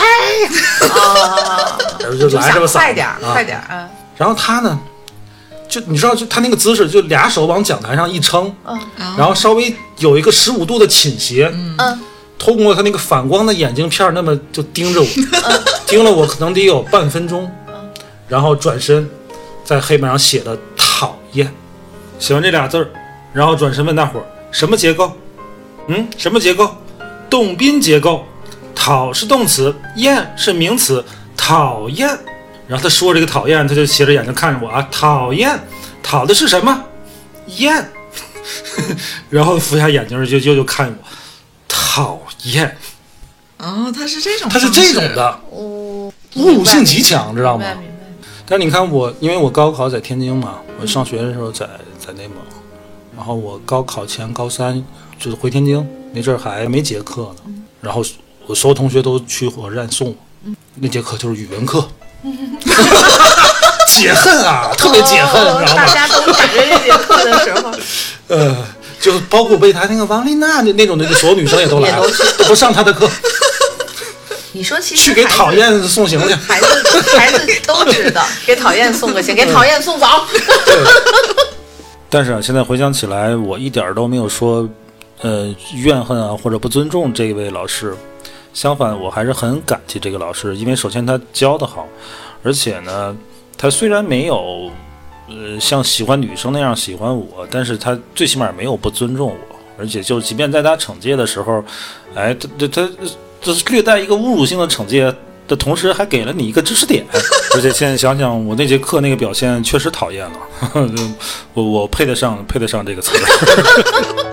S1: 然后就来这么
S3: 快点啊！
S1: 然后他呢，就你知道，就他那个姿势，就俩手往讲台上一撑，然后稍微有一个15度的倾斜，通过他那个反光的眼镜片，那么就盯着我，盯了我可能得有半分钟，然后转身在黑板上写了讨厌，写完这俩字儿。然后转身问大伙儿什么结构？什么结构？动宾结构。讨是动词，厌是名词，讨厌。然后他说这个讨厌，他就斜着眼睛看着我啊，讨厌，讨的是什么？厌。然后俯下眼睛就看我，讨厌。
S5: 他是这种，
S1: 他是这种的，侮辱性极强，知道吗？但是你看我，因为我高考在天津嘛，我上学的时候在内蒙。然后我高考前高3就是回天津，那阵儿还没结课呢。然后我所有同学都去火车站送我，那节课就是语文课，解恨啊，特别解恨，知道吗？
S3: 大家都赶着这节课的时候，
S1: 就包括备胎那个王丽娜那种的，所有女生也都来了，都不上她的课。
S3: 你说其实
S1: 去给讨厌送行去。
S3: 孩子都知道，给讨厌送个行，给讨厌送走。
S1: 但是现在回想起来，我一点都没有说怨恨啊或者不尊重这位老师，相反我还是很感激这个老师，因为首先他教得好，而且呢他虽然没有像喜欢女生那样喜欢我，但是他最起码没有不尊重我，而且就即便在他惩戒的时候，哎，他略带一个侮辱性的惩戒的同时，还给了你一个知识点。而且现在想想，我那节课那个表现确实讨厌了，我配得上这个词儿。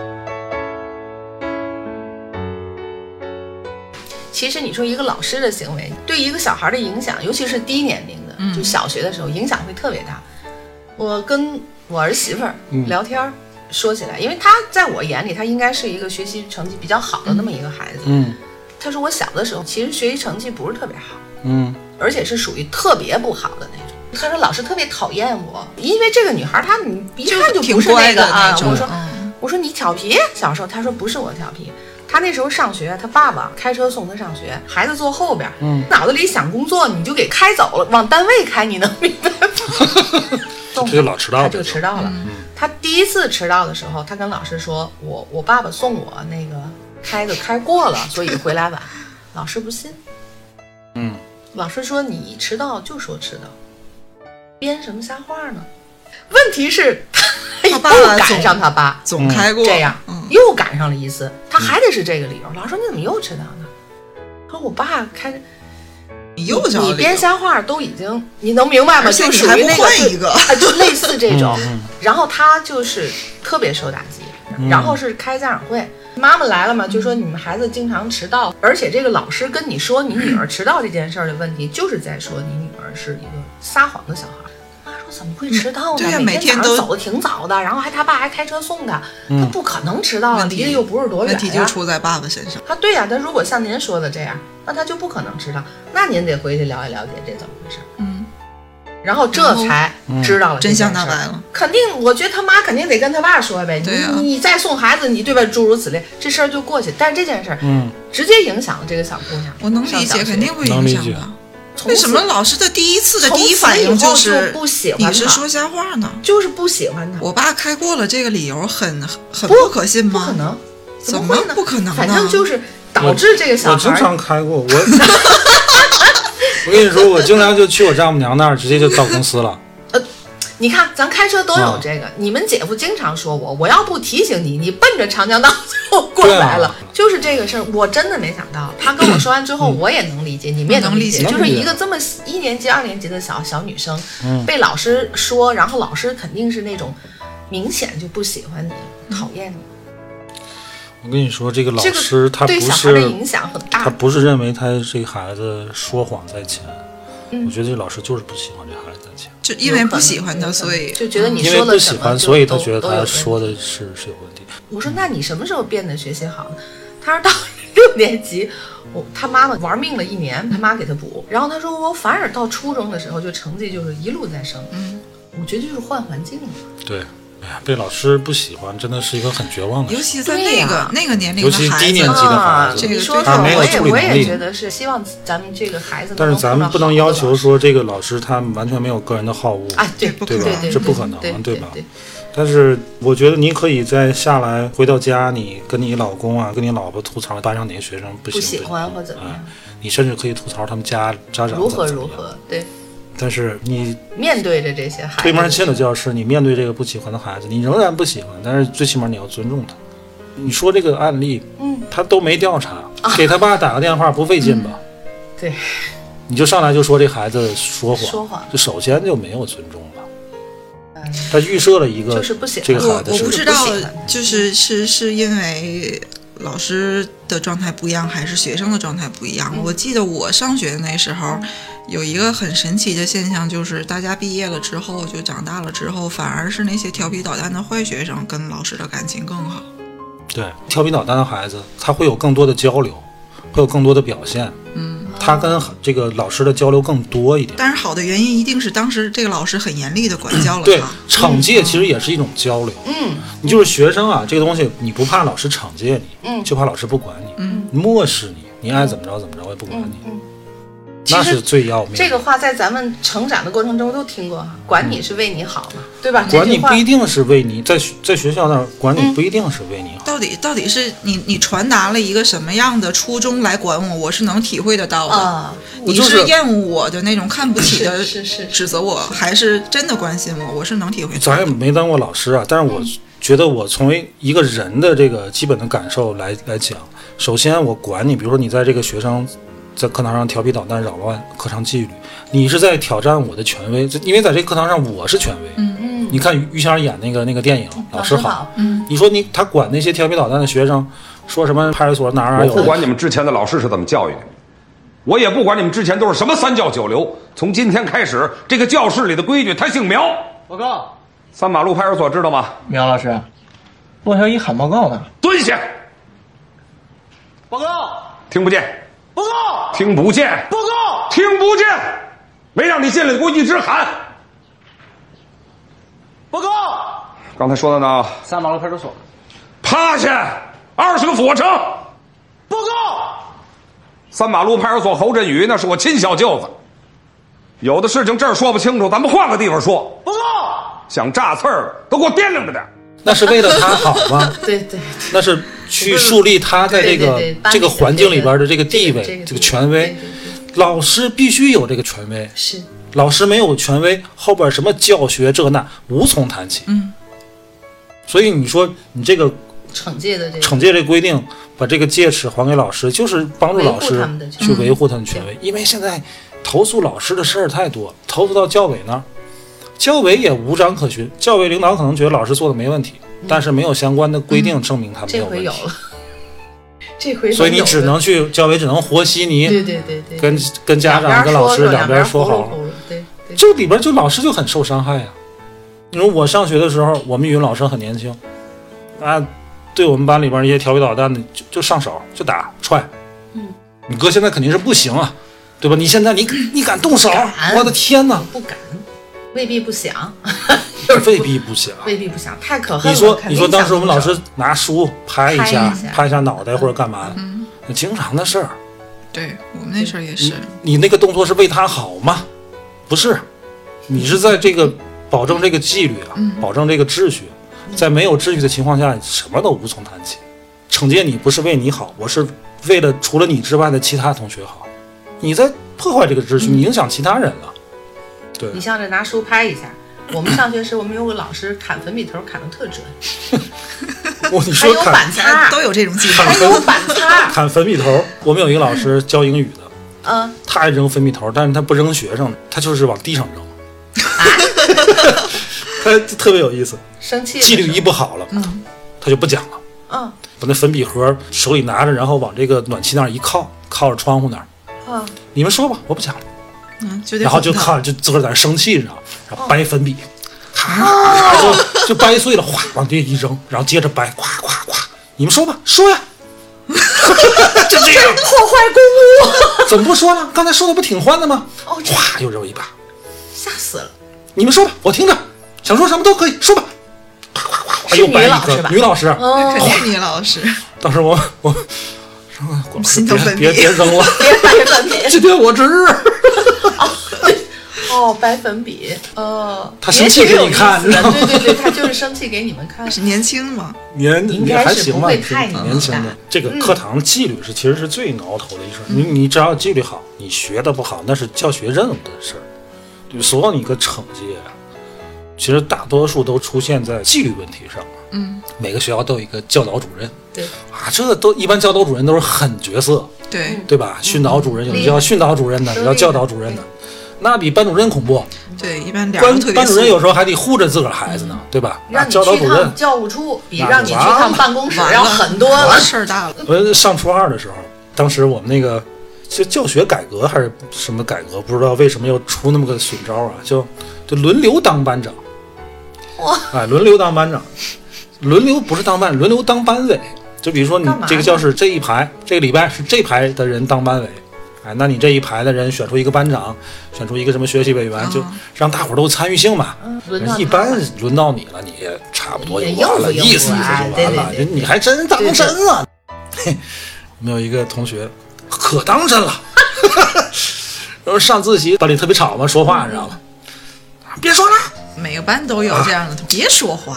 S3: 其实你说一个老师的行为对一个小孩的影响，尤其是低年龄的，就小学的时候影响会特别大。我跟我儿媳妇儿聊天说起来，因为她在我眼里，她应该是一个学习成绩比较好的那么一个孩子。她说我小的时候其实学习成绩不是特别好，而且是属于特别不好的那种。她说老师特别讨厌我，因为这个女孩她一看就不是那个啊。我说你调皮，小时候。她说不是我调皮。他那时候上学，他爸爸开车送他上学，孩子坐后边，脑子里想工作，你就给开走了，往单位开，你能明白吗？
S1: 这就老迟到了，
S3: 他就迟到了。他第一次迟到的时候，他跟老师说：“我爸爸送我那个开过了，所以回来晚。”老师不信。老师说：“你迟到就说迟到，编什么瞎话呢？”问题是他爸又赶上他爸
S5: 总开过
S3: 这样。又赶上了一次，他还得是这个理由。老师说你怎么又迟到呢？他说我爸开着，你编瞎话都已经，你能明白吗？就属于那个就类似这种。然后他就是特别受打击，然后是开家长会，妈妈来了嘛，就说你们孩子经常迟到，而且这个老师跟你说你女儿迟到这件事的问题，就是在说你女儿是一个撒谎的小孩。怎么会迟到呢？每天早上走的挺早的，然后他爸还开车送他，他不可能迟到啊，离得又不是多远。
S5: 问题就出在爸爸身上。
S3: 他对呀，他如果像您说的这样，那他就不可能迟到。那您得回去了解了解这怎么回事。然后这才知道了
S5: 真相大白了。
S3: 肯定，我觉得他妈肯定得跟他爸说呗。
S5: 对呀，
S3: 你再送孩子，你对吧？诸如此类，这事儿就过去。但是这件事儿，直接影响了这个小姑娘。
S5: 我能理解，肯定会影响的。为什么老师的第一反应就是
S3: 不喜欢他？
S5: 你是说瞎话呢？
S3: 就是不喜欢他。
S5: 我爸开过了，这个理由很不可信吗？
S3: 不可能，
S5: 怎么不可能呢？
S3: 反正就是导致这个小孩。
S1: 我经常开过，我跟你说，我经常就去我丈母娘那儿，直接就到公司了。
S3: 你看，咱开车都有这个。你们姐夫经常说我要不提醒你，你奔着长江道就过来了。就是这个事儿，我真的没想到。他跟我说完之后，我也能理解，你们也能理解。就是一个这么1年级、2年级的小女生，被老师说，然后老师肯定是那种明显就不喜欢你、讨厌你。
S1: 我跟你说，这个老师他不是
S3: 对小孩的影响很大，
S1: 他不是认为他这个孩子说谎在前。我觉得这老师就是不喜欢这孩子在前，
S5: 就因为不喜欢他，所以
S3: 就觉得你
S1: 说
S3: 的什么，
S1: 因为不喜欢，所以他觉得他说的是有问题。
S3: 我说那你什么时候变得学习好呢？他说到6年级，他妈妈玩命了1年，他妈给他补，然后他说我反而到初中的时候就成绩就是一路在升。我觉得就是换环境了。
S1: 对。哎呀，被老师不喜欢，真的是一个很绝望的事。
S5: 尤其在那个年龄
S1: 的孩子，尤其低年级的孩子，
S3: 你说我也觉得是希望咱们这个孩子。
S1: 但是咱们不能要求说这个老师他完全没有个人的好恶
S3: 啊，对
S1: 吧？
S3: 这
S1: 不可能，对吧？但是我觉得你可以再下来回到家，你跟你老公啊，跟你老婆吐槽班上哪些学生不
S3: 喜欢或怎么样，
S1: 你甚至可以吐槽他们家长
S3: 如何，对。
S1: 但是你
S3: 面对着这些孩子，
S1: 推门进的教室，你面对这个不喜欢的孩子，你仍然不喜欢，但是最起码你要尊重他。你说这个案例，他都没调查，给他爸打个电话不费劲吧？
S3: 对，
S1: 你就上来就说这孩子说谎，就首先就没有尊重了。他预设了一个
S3: 就是不喜欢
S1: 这个孩子，
S5: 我不知道，是因为老师的状态不一样，还是学生的状态不一样？我记得我上学的那时候。有一个很神奇的现象，就是大家毕业了之后，就长大了之后，反而是那些调皮捣蛋的坏学生跟老师的感情更好。
S1: 对，调皮捣蛋的孩子，他会有更多的交流，会有更多的表现。他跟这个老师的交流更多一点。
S5: 但是好的原因一定是当时这个老师很严厉的管教了他。
S1: 对，惩戒其实也是一种交流。你就是学生啊，这个东西你不怕老师惩戒你，就怕老师不管你，漠视你。 你爱怎么着怎么着，我也不管你。
S3: 其实
S1: 那是最要命的。
S3: 这个话在咱们成长的过程中都听过，管你是为你好嘛，对吧？
S1: 管你不一定是为你，在学校那儿管你不一定是为你好。
S5: 到底是你传达了一个什么样的初衷来管我，我是能体会得到的。
S3: 啊，
S5: 你是厌恶我的那种看不起的
S3: 是
S5: 指责我，还是真的关心我，我是能体会到的。
S1: 咱也没当过老师啊，但是我觉得我从一个人的这个基本的感受来讲，首先我管你，比如说你在这个学生在课堂上调皮捣蛋扰乱课堂纪律，你是在挑战我的权威，因为在这个课堂上我是权威。你看于谦演那个电影老师好，你说他管那些调皮捣蛋的学生，说什么派出所哪儿有，
S6: 我不管你们之前的老师是怎么教育的，我也不管你们之前都是什么三教九流，从今天开始这个教室里的规矩他姓苗。
S7: 报告，
S6: 三马路派出所知道吗？
S7: 苗老师，骆小一喊报告呢。
S6: 蹲下。
S7: 报告，
S6: 听不见。
S7: 报告，
S6: 听不见。
S7: 报告，
S6: 听不见。没让你进来，给我一直喊。
S7: 报告。
S6: 刚才说的呢？
S7: 三马路派出所。
S6: 趴下，20个俯卧撑。
S7: 报告。
S6: 三马路派出所侯振宇那是我亲小舅子，有的事情这儿说不清楚，咱们换个地方说。
S7: 报告。
S6: 想炸刺儿都给我掂量着点。
S1: 那是为了他好吗？
S3: 对，
S1: 那是去树立他在这个环境里边的这个地位，这个权威。老师必须有这个权威，
S3: 是
S1: 老师没有权威，后边什么教学这那无从谈起。所以你说你这个
S3: 惩戒的
S1: 这规定，把这个戒尺还给老师，就是帮助老师去维护他们的权威。因为现在投诉老师的事儿太多，投诉到教委那儿，教委也无章可循。教委领导可能觉得老师做的没问题，但是没有相关的规定证明他没有问题。
S3: 这回有了。这回
S1: 所以你只能去教委，只能和稀泥。
S3: 对，
S1: 跟家长跟老师两边说好。
S3: 对，
S1: 这里边就老师就很受伤害呀。你说我上学的时候，我们语文老师很年轻，对我们班里边一些调皮捣蛋的就上手就打踹。你哥现在肯定是不行啊，对吧？你现在你敢动手？我的天哪！
S3: 不敢，未必不想。
S1: 未必不想，
S3: 太可恨了。
S1: 你说当时我们老师拿书拍一下脑袋或者干嘛的，那经常的事儿。
S5: 对，我们那事儿也是。
S1: 你那个动作是为他好吗？不是，你是在这个保证这个纪律啊，保证这个秩序。在没有秩序的情况下，什么都无从谈起。惩戒你不是为你好，我是为了除了你之外的其他同学好。你在破坏这个秩序，你影响其他人了。对，
S3: 你像这拿书拍一下。我们上学时，我们有个老师砍粉笔头砍得特准。
S1: 你说
S3: 还有板擦，
S5: 都有这种技巧。
S3: 还有板擦，
S1: 砍粉笔头。我们有一个老师教英语的，他爱扔粉笔头，但是他不扔学生，他就是往地上扔。他特别有意思，
S3: 生气，
S1: 纪律一不好了，他就不讲了。把那粉笔盒手里拿着，然后往这个暖气那儿一靠着窗户那儿。你们说吧，我不讲了。然后就靠就自个儿在那生气，然后掰粉笔，就掰碎了，哗往地一扔，然后接着掰，咵咵咵，你们说吧，说呀，就这样
S3: 破坏公物，
S1: 怎么不说呢？刚才说的不挺欢的吗？咵又扔一把，
S3: 吓死了！
S1: 你们说吧，我听着，想说什么都可以说吧。又掰一个女老师，
S5: 肯定是女老师。
S1: 当时我
S5: 心疼粉笔，
S1: 别扔了，
S3: 别掰粉笔，
S1: 今天我值日。
S3: 掰粉笔，
S1: 他生气给你看，
S3: 对，他就是生气给你们看。
S5: 是年轻吗？
S1: 也还行吧，
S3: 太
S1: 年轻的。这个课堂纪律其实是最挠头的一事。你只要纪律好，你学的不好，那是教学任务的事儿。对，所有你个惩戒，其实大多数都出现在纪律问题上。每个学校都有一个教导主任。
S3: 对
S1: 这都一般教导主任都是狠角色。对吧？训导主任有的叫训导主任的，有叫教导主任的。那比班主任恐怖。
S5: 对，一般两个特别。
S1: 班主任有时候还得护着自个儿孩子呢，对吧？
S3: 让你
S1: 教导主任、
S3: 教务处比让你去趟办公室要狠多了，
S5: 事儿大了。
S1: 我上初二的时候，当时我们那个就教学改革还是什么改革，不知道为什么又出那么个损招啊，就轮流当班长。轮流当班长，轮流不是当班，轮流当班委。就比如说你这个教室这一排，这个礼拜是这排的人当班委。那你这一排的人选出一个班长，选出一个什么学习委员，就让大伙儿都参与性嘛。一般轮到你了，你也差不多就完了，意思就完了。你还真当真啊！我们有一个同学可当真了。然后上自习班里特别吵嘛，说话你知道吗？别说了，
S5: 每个班都有这样的同学，别说话。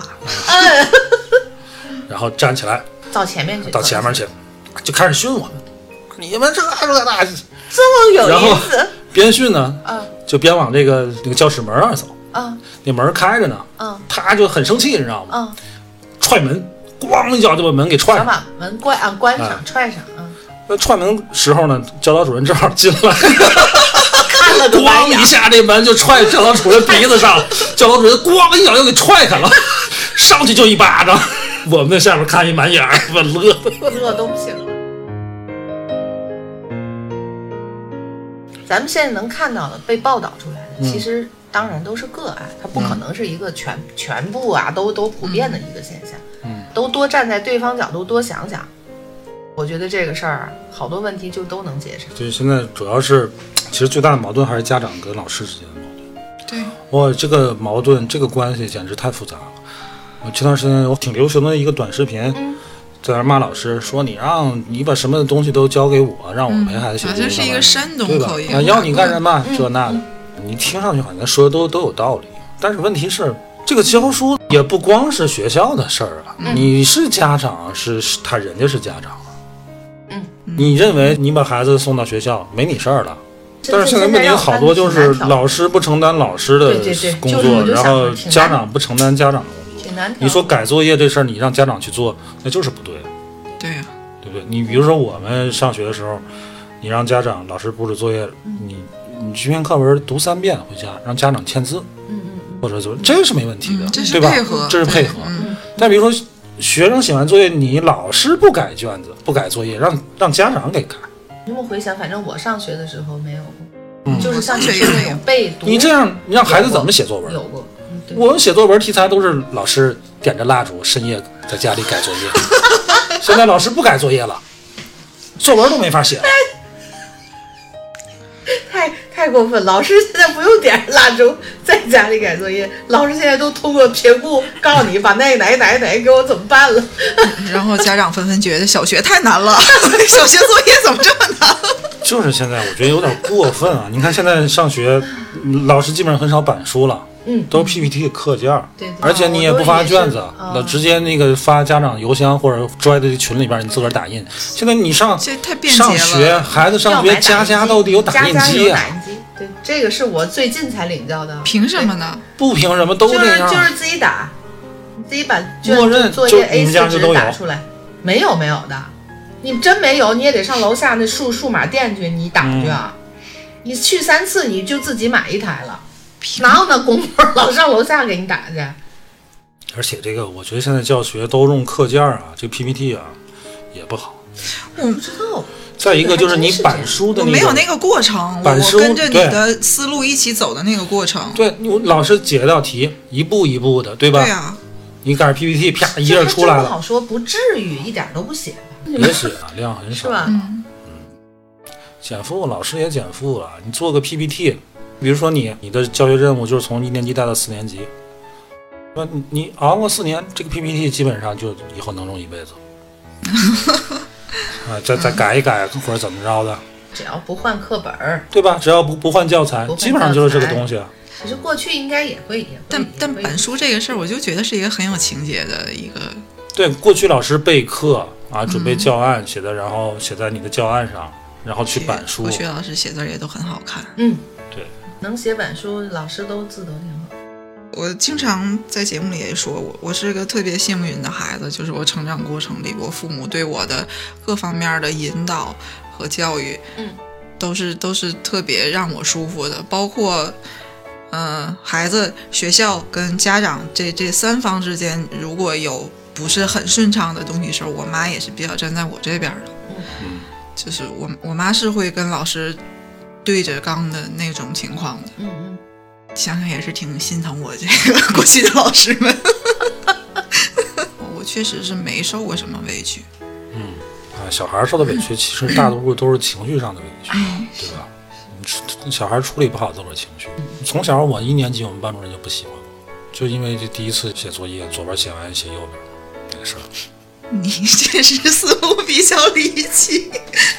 S1: 然后站起来
S3: 到前面去，
S1: 到前面去，就开始训我们。你们这那
S3: 这么有
S1: 然后
S3: 意思。
S1: 边训呢，就边往那个教室门上走。那门开着呢，他就很生气，你知道吗？踹门，咣一脚就把门给踹上，
S3: 把门关上，踹上。
S1: 那踹门时候呢，教导主任正好进来，
S3: 看了个
S1: 咣一下这门就踹教导主任鼻子上，教导主任咣一脚就给踹开了，上去就一巴掌。我们在下面看一满眼儿，我
S3: 乐都不行了。咱们现在能看到的被报道出来的，其实当然都是个案，它不可能是一个全部啊都普遍的一个现象。都多站在对方角度多想想，我觉得这个事儿好多问题就都能解释。
S1: 就是现在主要是，其实最大的矛盾还是家长跟老师之间的矛盾。
S5: 对，
S1: 哇，这个矛盾这个关系简直太复杂了。我前段时间挺流行的一个短视频，在那骂老师说你把什么东西都交给我，让我陪孩子学习，
S5: 这是一个山东口音，
S1: 要你干什么？这那的，你听上去好像说的都有道理，但是问题是，这个教书也不光是学校的事儿啊。你是家长，人家是家长啊。你认为你把孩子送到学校没你事儿了，但是现在问题好多就是老师不承担老师的工作，然后家长不承担家长的工作。你说改作业这事儿，你让家长去做，那就是不对。
S5: 对呀，
S1: 对不对？你比如说我们上学的时候，你让家长老师布置作业，你这篇课文读3遍回家，让家长签字，或者说这是没问题的，对吧？这是配合。但比如说学生写完作业，你老师不改卷子，不改作业，让家长给改。
S3: 你有没有回想？反正我上学的时候没有过，就是上学也没有背读。
S1: 你这样，你让孩子怎么写作文？
S3: 有过。
S1: 我们写作文题材都是老师点着蜡烛深夜在家里改作业，现在老师不改作业了，作文都没法写了。
S3: 太过分！老师现在不用点蜡烛在家里改作业，老师现在都通过屏幕告诉你把哪给我怎么办了。
S5: 然后家长纷纷觉得小学太难了，小学作业怎么这么难？
S1: 就是现在我觉得有点过分啊！你看现在上学，老师基本上很少板书了。都是 PPT 课件，
S3: 对，
S1: 而且你也不发卷子，直接那个发家长邮箱或者拽在群里边，你自个儿打印。现在你上学，孩子上学，家都得有打印机啊。
S3: 对，这个是我最近才领教的。
S5: 凭什么呢？
S1: 不凭什么，都这样。
S3: 就是自己打，你自己把卷子作业 A4 纸打出来。没有的，你真没有，你也得上楼下那数码店去，你打去啊。你去3次，你就自己买一台了。哪有那功夫老上楼下给你打去？
S1: 而且这个，我觉得现在教学都用课件啊，这 PPT 啊也不好。
S3: 我不知道。
S1: 再一个就是你板书的那个，
S5: 我没有那个过程，我跟着你的思路一起走的那个过程。
S1: 对，老师解道题一步一步的，对吧？
S5: 对啊。
S1: 你改 PPT， 啪一页出来了。
S3: 不好说，不至于一点都不写吧？
S1: 也写啊，量很少，
S3: 是吧？
S1: 减负，老师也减负了。你做个 PPT。比如说你的教学任务就是从1年级带到4年级，那你熬过4年，这个 PPT 基本上就以后能用一辈子。再改一改或者怎么着的，
S3: 只要不换课本，
S1: 对吧？只要不换教材，基本上就是这个东西。
S3: 其实过去应该也会，
S5: 但板书这个事儿，我就觉得是一个很有情节的一个。
S1: 对，过去老师备课啊，准备教案写的，然后写在你的教案上，然后去板书。
S5: 过去老师写字也都很好看。
S1: 对。
S3: 能写板书，老师字都挺好。
S5: 我经常在节目里也说，我是个特别幸运的孩子，就是我成长过程里，我父母对我的各方面的引导和教育，都是特别让我舒服的。包括，孩子、学校跟家长这3方之间，如果有不是很顺畅的东西时候，我妈也是比较站在我这边的。就是我妈是会跟老师对着刚的那种情况的，想想也是挺心疼我这个过去的老师们。我确实是没受过什么委屈。
S1: 小孩受的委屈其实大多数都是情绪上的委屈，对吧？小孩处理不好都是情绪。从小我1年级，我们班主任就不喜欢我，就因为这第一次写作业，左边写完写右边这个事儿。
S5: 你这是思路比较离奇。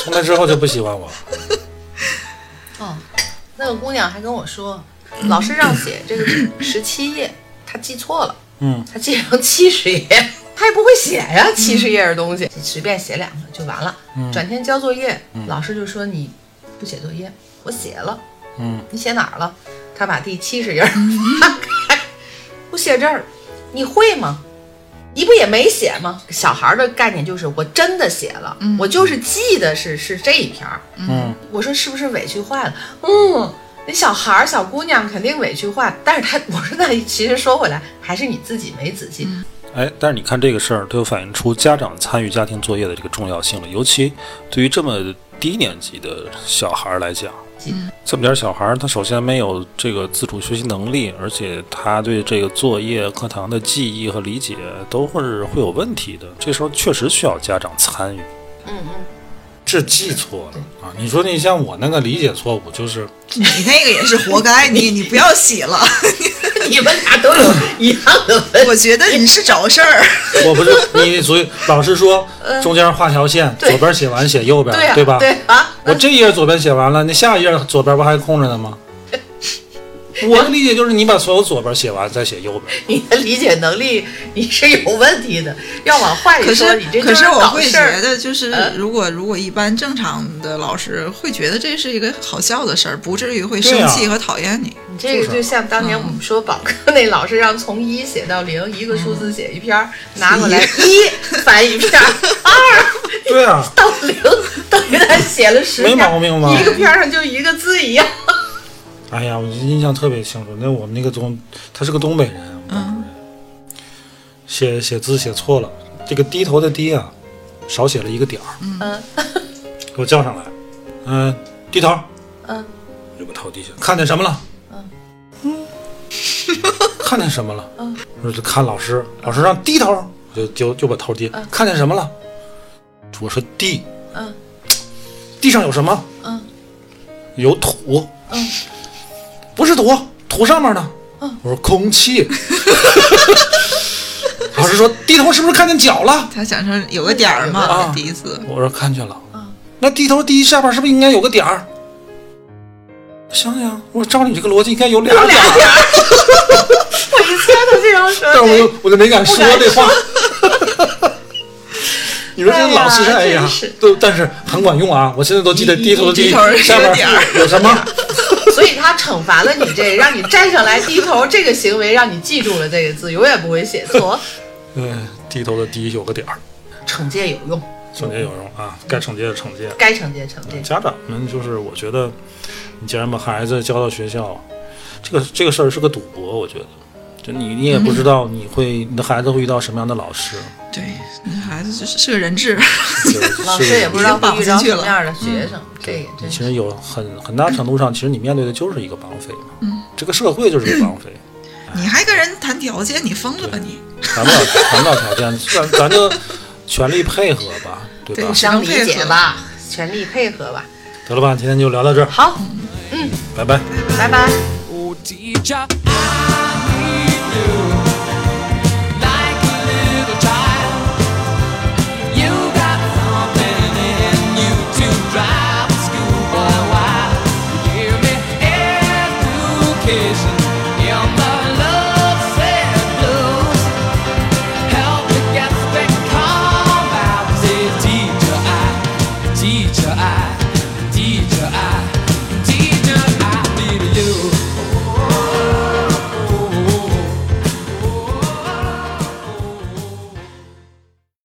S1: 从那之后就不喜欢我了。
S3: 哦，那个姑娘还跟我说，老师让写这个17页，她记错了，她记成70页，她也不会写呀，70页的东西，随便写2个就完了。转天交作业，老师就说你不写作业，我写了，你写哪儿了？他把第70页翻开，我写这儿，你会吗？你不也没写吗？小孩的概念就是我真的写了，我就是记得是这一篇。我说是不是委屈坏了？那小孩小姑娘肯定委屈坏，但是我说那其实说回来，还是你自己没仔细。
S1: 但是你看这个事儿，它就反映出家长参与家庭作业的这个重要性了，尤其对于这么低年级的小孩来讲。这么点小孩，他首先没有这个自主学习能力，而且他对这个作业、课堂的记忆和理解都会有问题的。这时候确实需要家长参与。这记错了啊！你说你像我那个理解错误，就是
S5: 你那个也是活该，你不要洗了。
S3: 你们俩都有一样的问题。
S5: 我觉得你是找事儿。
S1: 我不是你，所以老师说中间画条线，左边写完写右边，对吧？
S3: 对啊，
S1: 我这一页左边写完了，那下一页左边不还空着呢吗？我的理解就是你把所有左边写完，再写右边。
S3: 你的理解能力你是有问题的，要往坏里说，你这就是
S5: 我会觉
S3: 搞事儿。
S5: 得，就是如果一般正常的老师会觉得这是一个好笑的事儿，不至于会生气和讨厌你。
S3: 你这个就像当年我们说保科那老师让从1写到0，一个数字写一篇，拿过来1翻一篇，2
S1: 对啊，
S3: 到0等于他写了10篇，
S1: 没毛病吧？
S3: 一个篇上就一个字一样。
S1: 哎呀，我印象特别清楚。那我们那个他是个东北人，写字写错了，这个低头的低啊，少写了一个点儿，给我叫上来，低头，就把头低下，看见什么了？看见什么了？我就看老师让低头，就把头低，看见什么了？我说地，地上有什么？有土，不是土上面呢。我说空气。老师说低头是不是看见脚了？
S5: 他想说有个点儿嘛，第一次。
S1: 我说看见了。那低头第一下边是不是应该有个点儿？想想，我照你这个逻辑应该有俩点儿。
S3: 我一猜他这样说，
S1: 但我就没敢说这话。你说这老师哎呀，但是很管用啊！我现在都记得低头的低下面有什么。
S3: 所以他惩罚了你这，让你站上来低头这个行为，让你记住了这个字，永远不会写错。
S1: 低头的低有个点儿，
S3: 惩戒有用，
S1: 惩戒有用啊！该惩戒的惩戒，
S3: 该惩戒惩戒。
S1: 家长们就是我觉得，你既然把孩子交到学校，这个事儿是个赌博，我觉得。就你也不知道你的孩子会遇到什么样的老师。
S5: 对，那孩子是个人质。
S3: 老师也不知道会遇到什么样的学生，这也真
S1: 其实有很大程度上，其实你面对的就是一个绑匪嘛。这个社会就是个绑匪。
S5: 你还跟人谈条件，你疯了吧你？
S1: 谈不了条件，咱就全力配合吧，对吧？
S3: 互相理解吧，全力配合吧。
S1: 得了吧，今天就聊到这儿。
S3: 好，
S1: 拜拜，
S3: 拜拜。